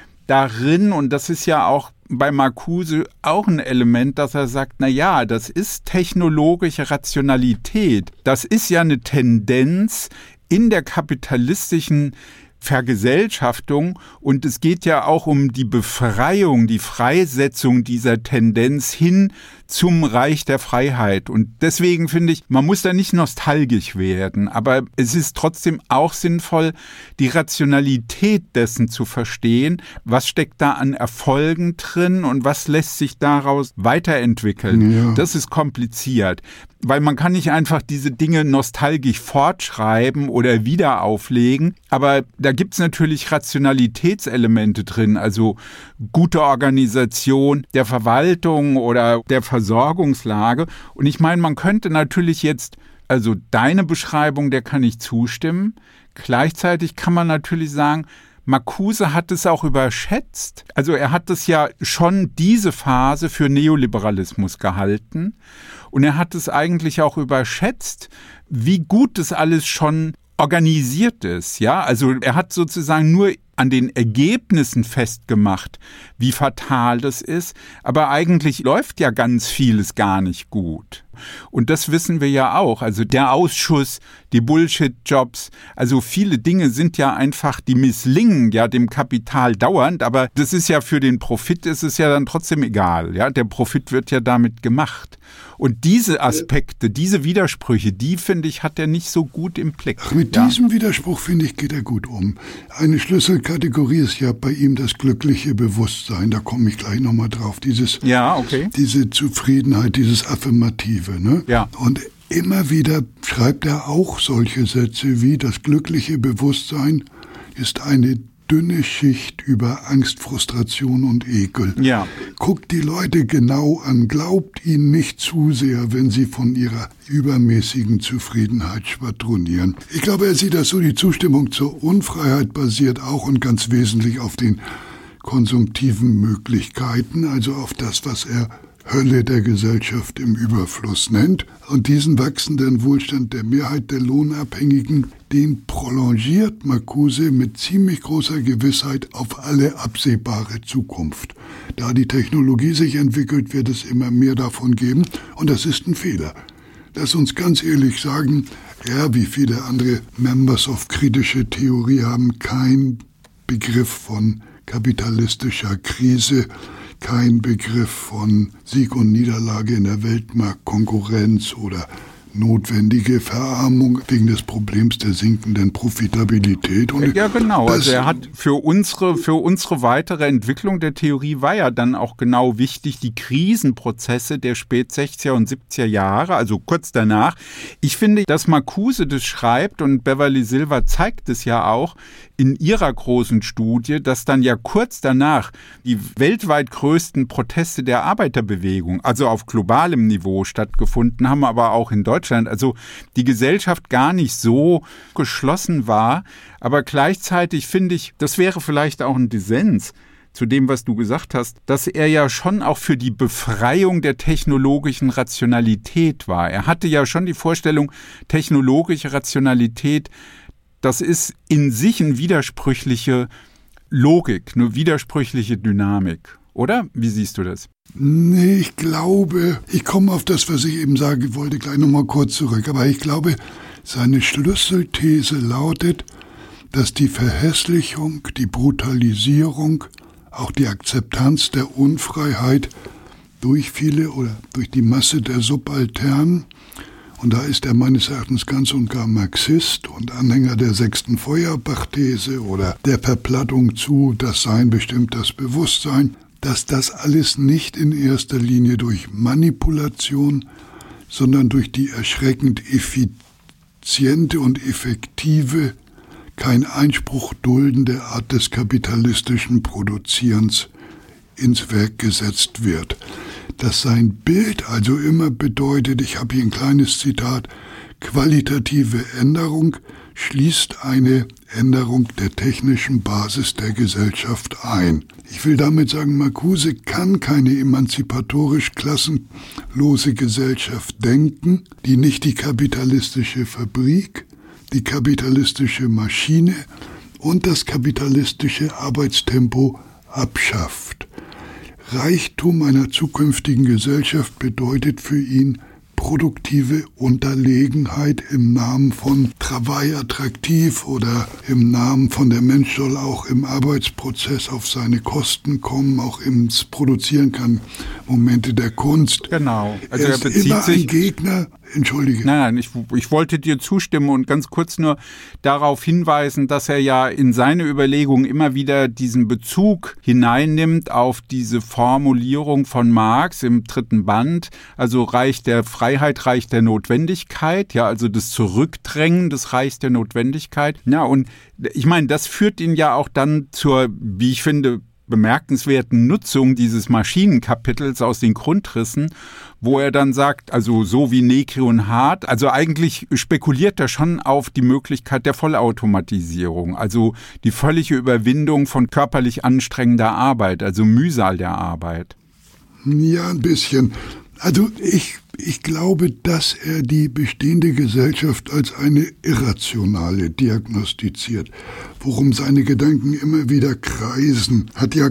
darin, und das ist ja auch bei Marcuse auch ein Element, dass er sagt, na ja, das ist technologische Rationalität. Das ist ja eine Tendenz in der kapitalistischen Vergesellschaftung, und es geht ja auch um die Befreiung, die Freisetzung dieser Tendenz hin zum Reich der Freiheit. Und deswegen finde ich, man muss da nicht nostalgisch werden, aber es ist trotzdem auch sinnvoll, die Rationalität dessen zu verstehen, was steckt da an Erfolgen drin und was lässt sich daraus weiterentwickeln. Ja. Das ist kompliziert, weil man kann nicht einfach diese Dinge nostalgisch fortschreiben oder wieder auflegen, aber da gibt es natürlich Rationalitätselemente drin, also gute Organisation der Verwaltung oder der Versorgungslage. Und ich meine, man könnte natürlich jetzt, also deine Beschreibung, der kann ich zustimmen. Gleichzeitig kann man natürlich sagen, Marcuse hat es auch überschätzt. Also er hat es ja schon diese Phase für Neoliberalismus gehalten. Und er hat es eigentlich auch überschätzt, wie gut das alles schon organisiert ist. Ja, also er hat sozusagen nur an den Ergebnissen festgemacht, wie fatal das ist. Aber eigentlich läuft ja ganz vieles gar nicht gut. Und das wissen wir ja auch. Also der Ausschuss, die Bullshit-Jobs, also viele Dinge sind ja einfach, die misslingen ja dem Kapital dauernd. Aber das ist ja für den Profit, ist es ja dann trotzdem egal. Ja, der Profit wird ja damit gemacht. Und diese Aspekte, diese Widersprüche, die, finde ich, hat er nicht so gut im Blick. Ach, mit diesem Widerspruch, finde ich, geht er gut um. Eine Schlüsselkategorie ist ja bei ihm das glückliche Bewusstsein. Da komme ich gleich nochmal drauf. Diese Zufriedenheit, dieses Affirmative. Ne? Ja. Und immer wieder schreibt er auch solche Sätze wie: Das glückliche Bewusstsein ist eine dünne Schicht über Angst, Frustration und Ekel. Ja. Guckt die Leute genau an, glaubt ihnen nicht zu sehr, wenn sie von ihrer übermäßigen Zufriedenheit schwadronieren. Ich glaube, er sieht das so, die Zustimmung zur Unfreiheit basiert auch und ganz wesentlich auf den konsumtiven Möglichkeiten, also auf das, was er Hölle der Gesellschaft im Überfluss nennt. Und diesen wachsenden Wohlstand der Mehrheit der Lohnabhängigen, den prolongiert Marcuse mit ziemlich großer Gewissheit auf alle absehbare Zukunft. Da die Technologie sich entwickelt, wird es immer mehr davon geben. Und das ist ein Fehler. Lass uns ganz ehrlich sagen, er, wie viele andere Members of kritische Theorie, haben keinen Begriff von kapitalistischer Krise, kein Begriff von Sieg und Niederlage in der Weltmarktkonkurrenz oder notwendige Verarmung wegen des Problems der sinkenden Profitabilität. Und ja, genau. Also er hat für unsere weitere Entwicklung der Theorie war ja dann auch genau wichtig, die Krisenprozesse der Spät-60er und 70er Jahre, also kurz danach. Ich finde, dass Marcuse das schreibt und Beverly Silver zeigt es ja auch in ihrer großen Studie, dass dann ja kurz danach die weltweit größten Proteste der Arbeiterbewegung, also auf globalem Niveau stattgefunden haben, aber auch in Deutschland, also die Gesellschaft gar nicht so geschlossen war, aber gleichzeitig finde ich, das wäre vielleicht auch ein Dissens zu dem, was du gesagt hast, dass er ja schon auch für die Befreiung der technologischen Rationalität war. Er hatte ja schon die Vorstellung, technologische Rationalität, das ist in sich eine widersprüchliche Logik, eine widersprüchliche Dynamik, oder? Wie siehst du das? Nee, ich glaube, ich komme auf das, was ich eben sagen wollte, gleich nochmal kurz zurück. Aber ich glaube, seine Schlüsselthese lautet, dass die Verhässlichung, die Brutalisierung, auch die Akzeptanz der Unfreiheit durch viele oder durch die Masse der Subalternen, und da ist er meines Erachtens ganz und gar Marxist und Anhänger der 6. Feuerbach-These oder der Verplattung zu, das Sein bestimmt das Bewusstsein, dass das alles nicht in erster Linie durch Manipulation, sondern durch die erschreckend effiziente und effektive, kein Einspruch duldende Art des kapitalistischen Produzierens ins Werk gesetzt wird. Dass sein Bild also immer bedeutet, ich habe hier ein kleines Zitat, qualitative Änderung schließt eine Änderung der technischen Basis der Gesellschaft ein. Ich will damit sagen, Marcuse kann keine emanzipatorisch klassenlose Gesellschaft denken, die nicht die kapitalistische Fabrik, die kapitalistische Maschine und das kapitalistische Arbeitstempo abschafft. Reichtum einer zukünftigen Gesellschaft bedeutet für ihn produktive Unterlegenheit im Namen von Travail attraktiv oder im Namen von der Mensch soll auch im Arbeitsprozess auf seine Kosten kommen, auch ins Produzieren kann Momente der Kunst. Genau. Also er bezieht immer sich ein Gegner. Entschuldige. Nein, ich wollte dir zustimmen und ganz kurz nur darauf hinweisen, dass er ja in seine Überlegungen immer wieder diesen Bezug hineinnimmt auf diese Formulierung von Marx im 3. Band, also Reich der Freiheit, Reich der Notwendigkeit, ja, also das Zurückdrängen des Reichs der Notwendigkeit. Ja, und ich meine, das führt ihn ja auch dann zur, wie ich finde, bemerkenswerten Nutzung dieses Maschinenkapitels aus den Grundrissen, wo er dann sagt, also so wie Negri und Hart, also eigentlich spekuliert er schon auf die Möglichkeit der Vollautomatisierung, also die völlige Überwindung von körperlich anstrengender Arbeit, also Mühsal der Arbeit. Ja, ein bisschen. Also ich glaube, dass er die bestehende Gesellschaft als eine irrationale diagnostiziert. Worum seine Gedanken immer wieder kreisen, hat ja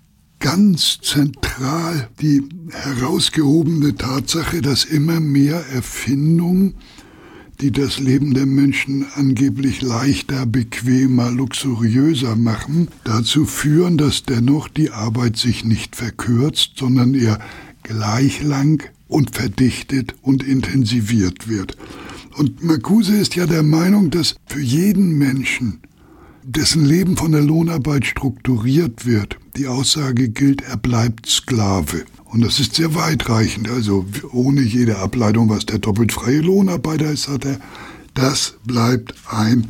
ganz zentral die herausgehobene Tatsache, dass immer mehr Erfindungen, die das Leben der Menschen angeblich leichter, bequemer, luxuriöser machen, dazu führen, dass dennoch die Arbeit sich nicht verkürzt, sondern eher gleich lang und verdichtet und intensiviert wird. Und Marcuse ist ja der Meinung, dass für jeden Menschen, dessen Leben von der Lohnarbeit strukturiert wird, die Aussage gilt, er bleibt Sklave. Und das ist sehr weitreichend, also ohne jede Ableitung, was der doppelt freie Lohnarbeiter ist, sagt er, das bleibt ein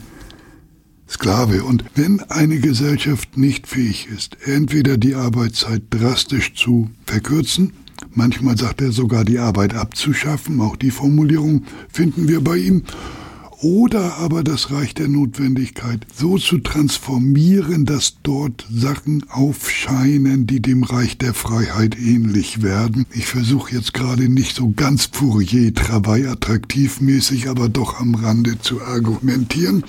Sklave. Und wenn eine Gesellschaft nicht fähig ist, entweder die Arbeitszeit drastisch zu verkürzen, manchmal sagt er sogar die Arbeit abzuschaffen, auch die Formulierung finden wir bei ihm, oder aber das Reich der Notwendigkeit so zu transformieren, dass dort Sachen aufscheinen, die dem Reich der Freiheit ähnlich werden. Ich versuche jetzt gerade nicht so ganz Fourier-Travail-attraktivmäßig, aber doch am Rande zu argumentieren.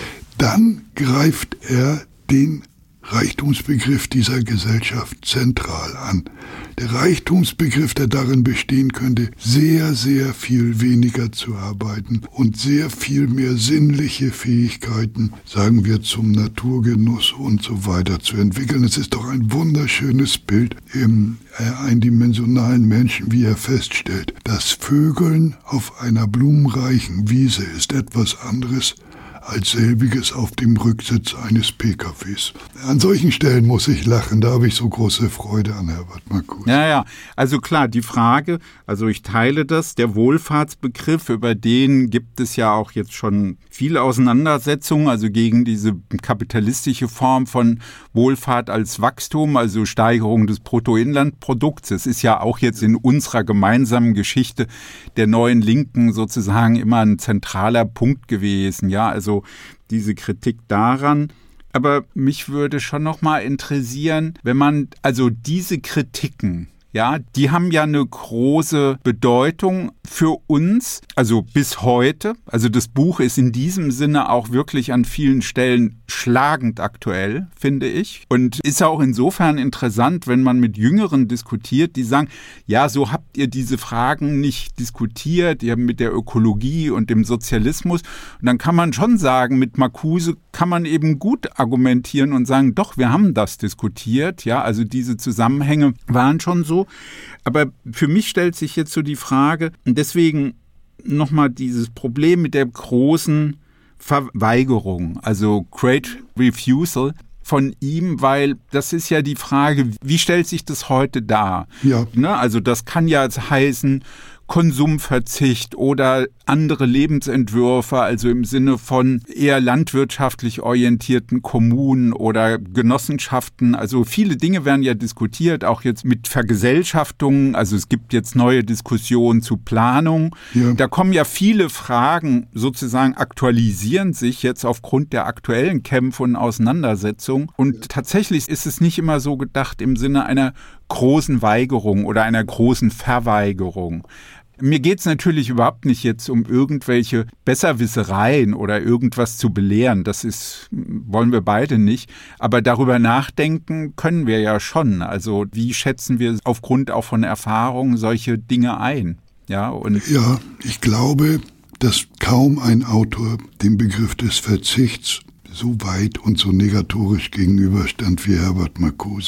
Dann greift er den Reichtumsbegriff dieser Gesellschaft zentral an. Der Reichtumsbegriff, der darin bestehen könnte, sehr, sehr viel weniger zu arbeiten und sehr viel mehr sinnliche Fähigkeiten, sagen wir, zum Naturgenuss und so weiter zu entwickeln. Es ist doch ein wunderschönes Bild im eindimensionalen Menschen, wie er feststellt. Das Vögeln auf einer blumenreichen Wiese ist etwas anderes als selbiges auf dem Rücksitz eines PKWs. An solchen Stellen muss ich lachen, da habe ich so große Freude an Herbert Marcuse. Ja, also klar, die Frage, also ich teile das, der Wohlfahrtsbegriff, über den gibt es ja auch jetzt schon viele Auseinandersetzungen, also gegen diese kapitalistische Form von Wohlfahrt als Wachstum, also Steigerung des Bruttoinlandprodukts. Es ist ja auch jetzt in unserer gemeinsamen Geschichte der neuen Linken sozusagen immer ein zentraler Punkt gewesen, ja, also diese Kritik daran. Aber mich würde schon noch mal interessieren, wenn man, also diese Kritiken, ja, die haben ja eine große Bedeutung für uns, also bis heute. Also das Buch ist in diesem Sinne auch wirklich an vielen Stellen schlagend aktuell, finde ich. Und ist auch insofern interessant, wenn man mit Jüngeren diskutiert, die sagen, ja, so habt ihr diese Fragen nicht diskutiert, ihr habt mit der Ökologie und dem Sozialismus. Und dann kann man schon sagen, mit Marcuse kann man eben gut argumentieren und sagen, doch, wir haben das diskutiert. Ja, also diese Zusammenhänge waren schon so. Aber für mich stellt sich jetzt so die Frage, und deswegen nochmal dieses Problem mit der großen Verweigerung, also Great Refusal von ihm, weil das ist ja die Frage, wie stellt sich das heute dar? Ja. Ne? Also das kann ja heißen, Konsumverzicht oder andere Lebensentwürfe, also im Sinne von eher landwirtschaftlich orientierten Kommunen oder Genossenschaften. Also viele Dinge werden ja diskutiert, auch jetzt mit Vergesellschaftungen. Also es gibt jetzt neue Diskussionen zu Planung. Ja. Da kommen ja viele Fragen sozusagen, aktualisieren sich jetzt aufgrund der aktuellen Kämpfe und Auseinandersetzungen. Und tatsächlich ist es nicht immer so gedacht im Sinne einer großen Weigerung oder einer großen Verweigerung. Mir geht es natürlich überhaupt nicht jetzt um irgendwelche Besserwissereien oder irgendwas zu belehren. Wollen wir beide nicht. Aber darüber nachdenken können wir ja schon. Also wie schätzen wir aufgrund auch von Erfahrungen solche Dinge ein? Ja, ich glaube, dass kaum ein Autor dem Begriff des Verzichts so weit und so negatorisch gegenüberstand wie Herbert Marcuse.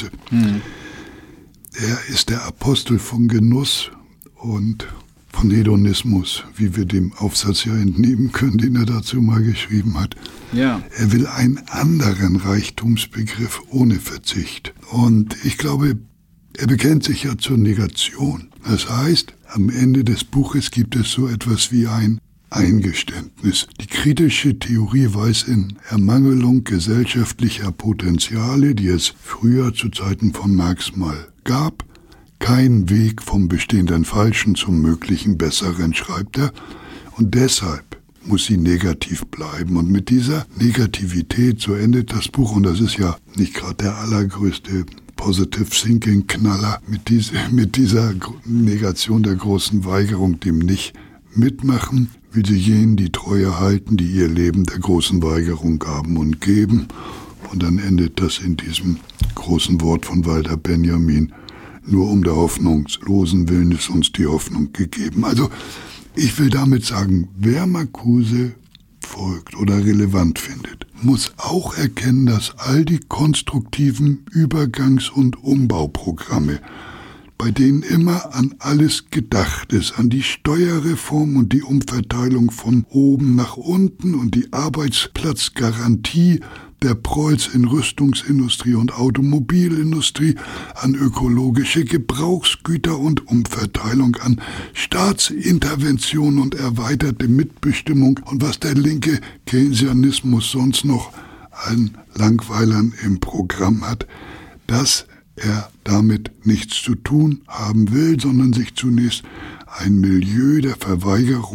Er ist der Apostel von Genuss und von Hedonismus, wie wir dem Aufsatz ja entnehmen können, den er dazu mal geschrieben hat. Ja. Er will einen anderen Reichtumsbegriff ohne Verzicht. Und ich glaube, er bekennt sich ja zur Negation. Das heißt, am Ende des Buches gibt es so etwas wie ein Eingeständnis. Die kritische Theorie weiß in Ermangelung gesellschaftlicher Potenziale, die es früher zu Zeiten von Marx mal gab, kein Weg vom bestehenden Falschen zum möglichen Besseren, schreibt er, und deshalb muss sie negativ bleiben. Und mit dieser Negativität, so endet das Buch, und das ist ja nicht gerade der allergrößte Positive Thinking Knaller, mit dieser Negation der großen Weigerung, dem nicht mitmachen, will sie jenen die Treue halten, die ihr Leben der großen Weigerung gaben und geben. Und dann endet das in diesem großen Wort von Walter Benjamin: Nur um der hoffnungslosen Willen ist uns die Hoffnung gegeben. Also ich will damit sagen, wer Marcuse folgt oder relevant findet, muss auch erkennen, dass all die konstruktiven Übergangs- und Umbauprogramme, bei denen immer an alles gedacht ist, an die Steuerreform und die Umverteilung von oben nach unten und die Arbeitsplatzgarantie der Prolls in Rüstungsindustrie und Automobilindustrie, an ökologische Gebrauchsgüter und Umverteilung, an Staatsintervention und erweiterte Mitbestimmung und was der linke Keynesianismus sonst noch an Langweilern im Programm hat, dass er damit nichts zu tun haben will, sondern sich zunächst ein Milieu der Verweigerung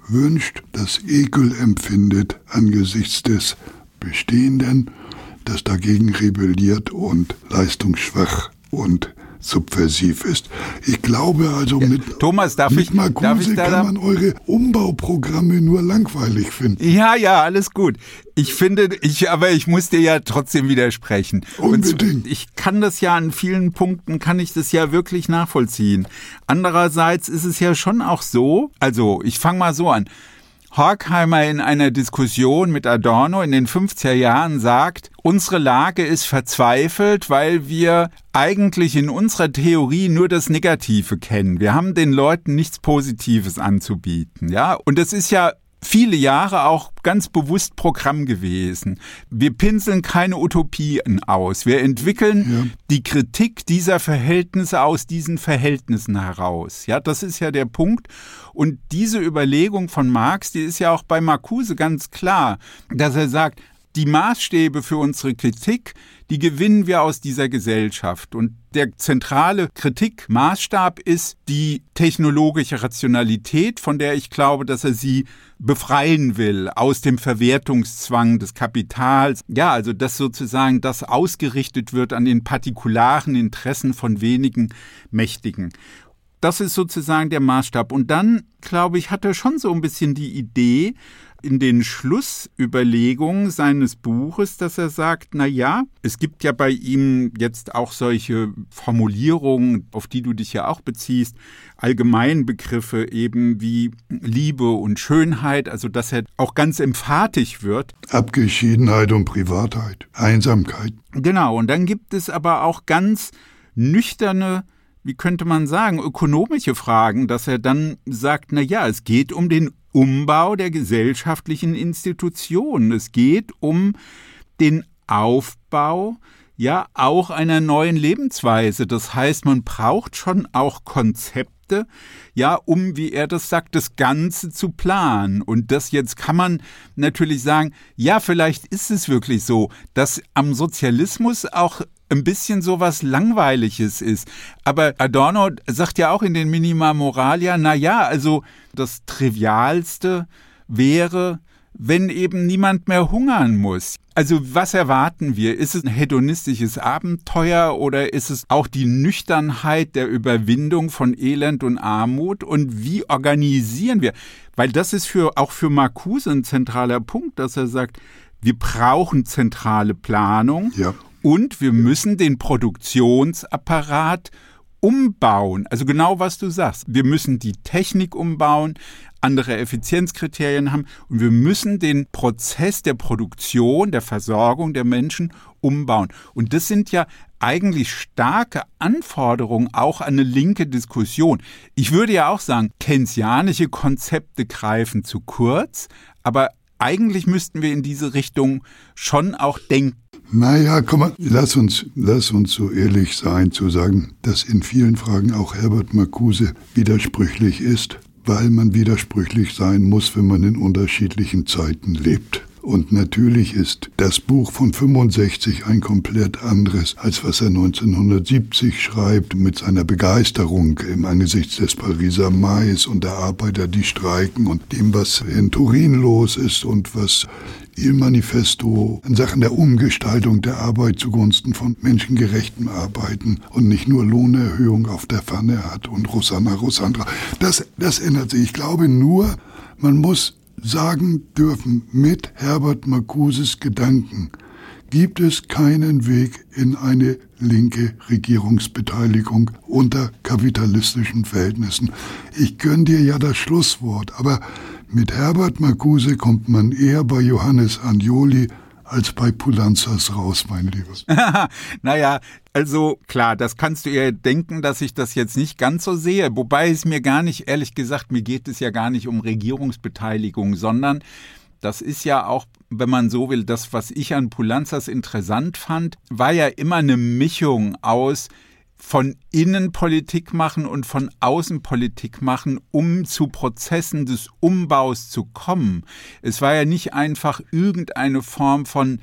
wünscht, das Ekel empfindet angesichts des Bestehenden, das dagegen rebelliert und leistungsschwach und subversiv ist. Ich glaube also, mit Marcuse kann man eure Umbauprogramme nur langweilig finden. Ja, alles gut. Aber ich muss dir ja trotzdem widersprechen. Unbedingt. Ich kann das ja an vielen Punkten, kann ich das ja wirklich nachvollziehen. Andererseits ist es ja schon auch so, also ich fange mal so an. Horkheimer in einer Diskussion mit Adorno in den 50er Jahren sagt, unsere Lage ist verzweifelt, weil wir eigentlich in unserer Theorie nur das Negative kennen. Wir haben den Leuten nichts Positives anzubieten, ja? Und das ist ja viele Jahre auch ganz bewusst Programm gewesen. Wir pinseln keine Utopien aus. Wir entwickeln die Kritik dieser Verhältnisse aus diesen Verhältnissen heraus. Ja, das ist ja der Punkt. Und diese Überlegung von Marx, die ist ja auch bei Marcuse ganz klar, dass er sagt, die Maßstäbe für unsere Kritik, die gewinnen wir aus dieser Gesellschaft. Und der zentrale Kritikmaßstab ist die technologische Rationalität, von der ich glaube, dass er sie befreien will aus dem Verwertungszwang des Kapitals. Ja, also dass sozusagen das ausgerichtet wird an den partikularen Interessen von wenigen Mächtigen. Das ist sozusagen der Maßstab. Und dann, glaube ich, hat er schon so ein bisschen die Idee, in den Schlussüberlegungen seines Buches, dass er sagt, na ja, es gibt ja bei ihm jetzt auch solche Formulierungen, auf die du dich ja auch beziehst, Allgemeinbegriffe eben wie Liebe und Schönheit, also dass er auch ganz emphatisch wird. Abgeschiedenheit und Privatheit, Einsamkeit. Genau, und dann gibt es aber auch ganz nüchterne, wie könnte man sagen, ökonomische Fragen, dass er dann sagt, na ja, es geht um den Umbau der gesellschaftlichen Institutionen. Es geht um den Aufbau, ja, auch einer neuen Lebensweise. Das heißt, man braucht schon auch Konzepte, ja, um, wie er das sagt, das Ganze zu planen. Und das jetzt kann man natürlich sagen, ja, vielleicht ist es wirklich so, dass am Sozialismus auch ein bisschen so was Langweiliges ist. Aber Adorno sagt ja auch in den Minima Moralia, na ja, also das Trivialste wäre, wenn eben niemand mehr hungern muss. Also was erwarten wir? Ist es ein hedonistisches Abenteuer oder ist es auch die Nüchternheit der Überwindung von Elend und Armut? Und wie organisieren wir? Weil das ist auch für Marcuse ein zentraler Punkt, dass er sagt, wir brauchen zentrale Planung. Ja. Und wir müssen den Produktionsapparat umbauen. Also genau, was du sagst. Wir müssen die Technik umbauen, andere Effizienzkriterien haben und wir müssen den Prozess der Produktion, der Versorgung der Menschen umbauen. Und das sind ja eigentlich starke Anforderungen auch an eine linke Diskussion. Ich würde ja auch sagen, keynesianische Konzepte greifen zu kurz, aber eigentlich müssten wir in diese Richtung schon auch denken. Naja, komm mal, lass uns so ehrlich sein, zu sagen, dass in vielen Fragen auch Herbert Marcuse widersprüchlich ist, weil man widersprüchlich sein muss, wenn man in unterschiedlichen Zeiten lebt. Und natürlich ist das Buch von 65 ein komplett anderes, als was er 1970 schreibt, mit seiner Begeisterung im Angesichts des Pariser Mais und der Arbeiter, die streiken und dem, was in Turin los ist und was Il Manifesto in Sachen der Umgestaltung der Arbeit zugunsten von menschengerechtem Arbeiten und nicht nur Lohnerhöhung auf der Pfanne hat und Rosanna Rossandra. Das ändert sich. Ich glaube nur, man muss sagen dürfen, mit Herbert Marcuses Gedanken gibt es keinen Weg in eine linke Regierungsbeteiligung unter kapitalistischen Verhältnissen. Ich gönn dir ja das Schlusswort, aber mit Herbert Marcuse kommt man eher bei Johannes Agnoli als bei Poulanzas raus, mein Liebes. Naja, also klar, das kannst du ja denken, dass ich das jetzt nicht ganz so sehe. Wobei es mir gar nicht, ehrlich gesagt, mir geht es ja gar nicht um Regierungsbeteiligung, sondern das ist ja auch, wenn man so will, das, was ich an Poulanzas interessant fand, war ja immer eine Mischung aus von innen Politik machen und von außen Politik machen, um zu Prozessen des Umbaus zu kommen. Es war ja nicht einfach irgendeine Form von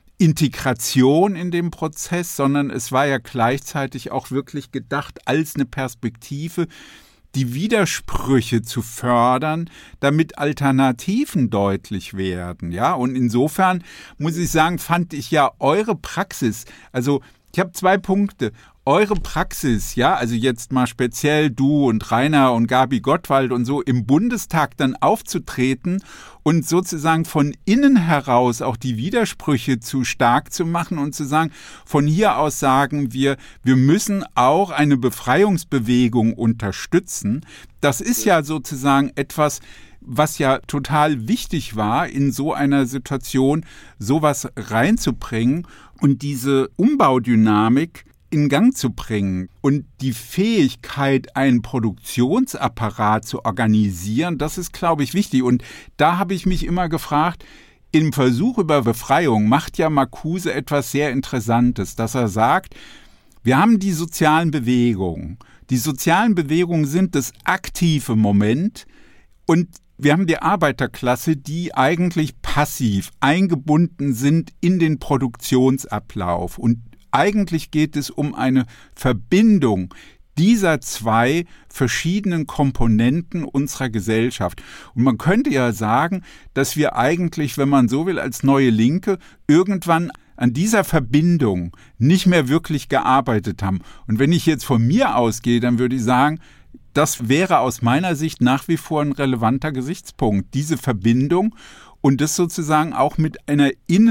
Integration in dem Prozess, sondern es war ja gleichzeitig auch wirklich gedacht als eine Perspektive, die Widersprüche zu fördern, damit Alternativen deutlich werden. Ja, und insofern muss ich sagen, fand ich ja eure Praxis, also ich habe 2 Punkte. Eure Praxis, ja, also jetzt mal speziell du und Rainer und Gabi Gottwald und so im Bundestag dann aufzutreten und sozusagen von innen heraus auch die Widersprüche zu stark zu machen und zu sagen, von hier aus sagen wir müssen auch eine Befreiungsbewegung unterstützen. Das ist ja sozusagen etwas, was ja total wichtig war, in so einer Situation sowas reinzubringen und diese Umbaudynamik in Gang zu bringen und die Fähigkeit, einen Produktionsapparat zu organisieren, das ist, glaube ich, wichtig. Und da habe ich mich immer gefragt, im Versuch über Befreiung macht ja Marcuse etwas sehr Interessantes, dass er sagt, wir haben die sozialen Bewegungen. Die sozialen Bewegungen sind das aktive Moment und wir haben die Arbeiterklasse, die eigentlich passiv eingebunden sind in den Produktionsablauf. Und eigentlich geht es um eine Verbindung dieser 2 verschiedenen Komponenten unserer Gesellschaft. Und man könnte ja sagen, dass wir eigentlich, wenn man so will, als Neue Linke irgendwann an dieser Verbindung nicht mehr wirklich gearbeitet haben. Und wenn ich jetzt von mir ausgehe, dann würde ich sagen, das wäre aus meiner Sicht nach wie vor ein relevanter Gesichtspunkt, diese Verbindung und das sozusagen auch mit einer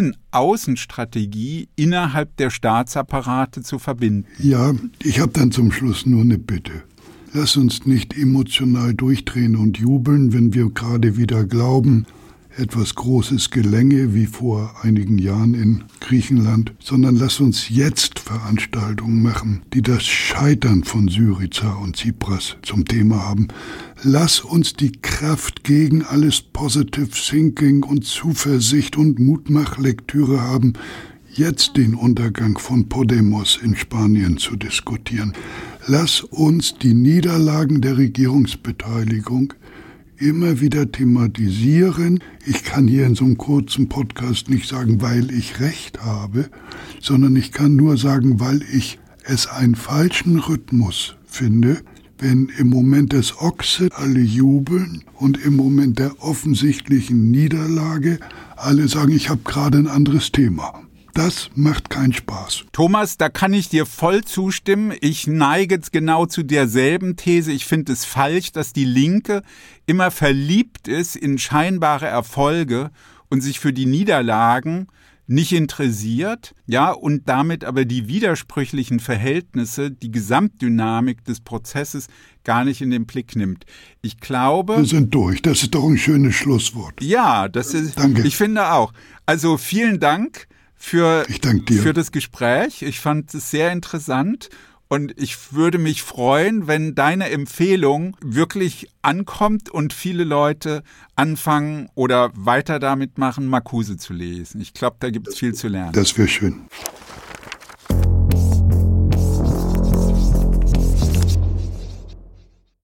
Innen-Außen-Strategie innerhalb der Staatsapparate zu verbinden. Ja, ich habe dann zum Schluss nur eine Bitte. Lass uns nicht emotional durchdrehen und jubeln, wenn wir gerade wieder glauben, etwas Großes gelänge, wie vor einigen Jahren in Griechenland, sondern lass uns jetzt Veranstaltungen machen, die das Scheitern von Syriza und Tsipras zum Thema haben. Lass uns die Kraft gegen alles Positive Thinking und Zuversicht und Mutmachlektüre haben, jetzt den Untergang von Podemos in Spanien zu diskutieren. Lass uns die Niederlagen der Regierungsbeteiligung immer wieder thematisieren. Ich kann hier in so einem kurzen Podcast nicht sagen, weil ich Recht habe, sondern ich kann nur sagen, weil ich es einen falschen Rhythmus finde, wenn im Moment des Ochse alle jubeln und im Moment der offensichtlichen Niederlage alle sagen, ich habe gerade ein anderes Thema. Das macht keinen Spaß. Thomas, da kann ich dir voll zustimmen. Ich neige genau zu derselben These. Ich finde es falsch, dass die Linke immer verliebt ist in scheinbare Erfolge und sich für die Niederlagen nicht interessiert, ja, und damit aber die widersprüchlichen Verhältnisse, die Gesamtdynamik des Prozesses gar nicht in den Blick nimmt. Ich glaube... Wir sind durch. Das ist doch ein schönes Schlusswort. Ja, das ist... Danke. Ich finde auch. Also vielen Dank für das Gespräch. Ich fand es sehr interessant und ich würde mich freuen, wenn deine Empfehlung wirklich ankommt und viele Leute anfangen oder weiter damit machen, Marcuse zu lesen. Ich glaube, da gibt es viel zu lernen. Das wäre schön.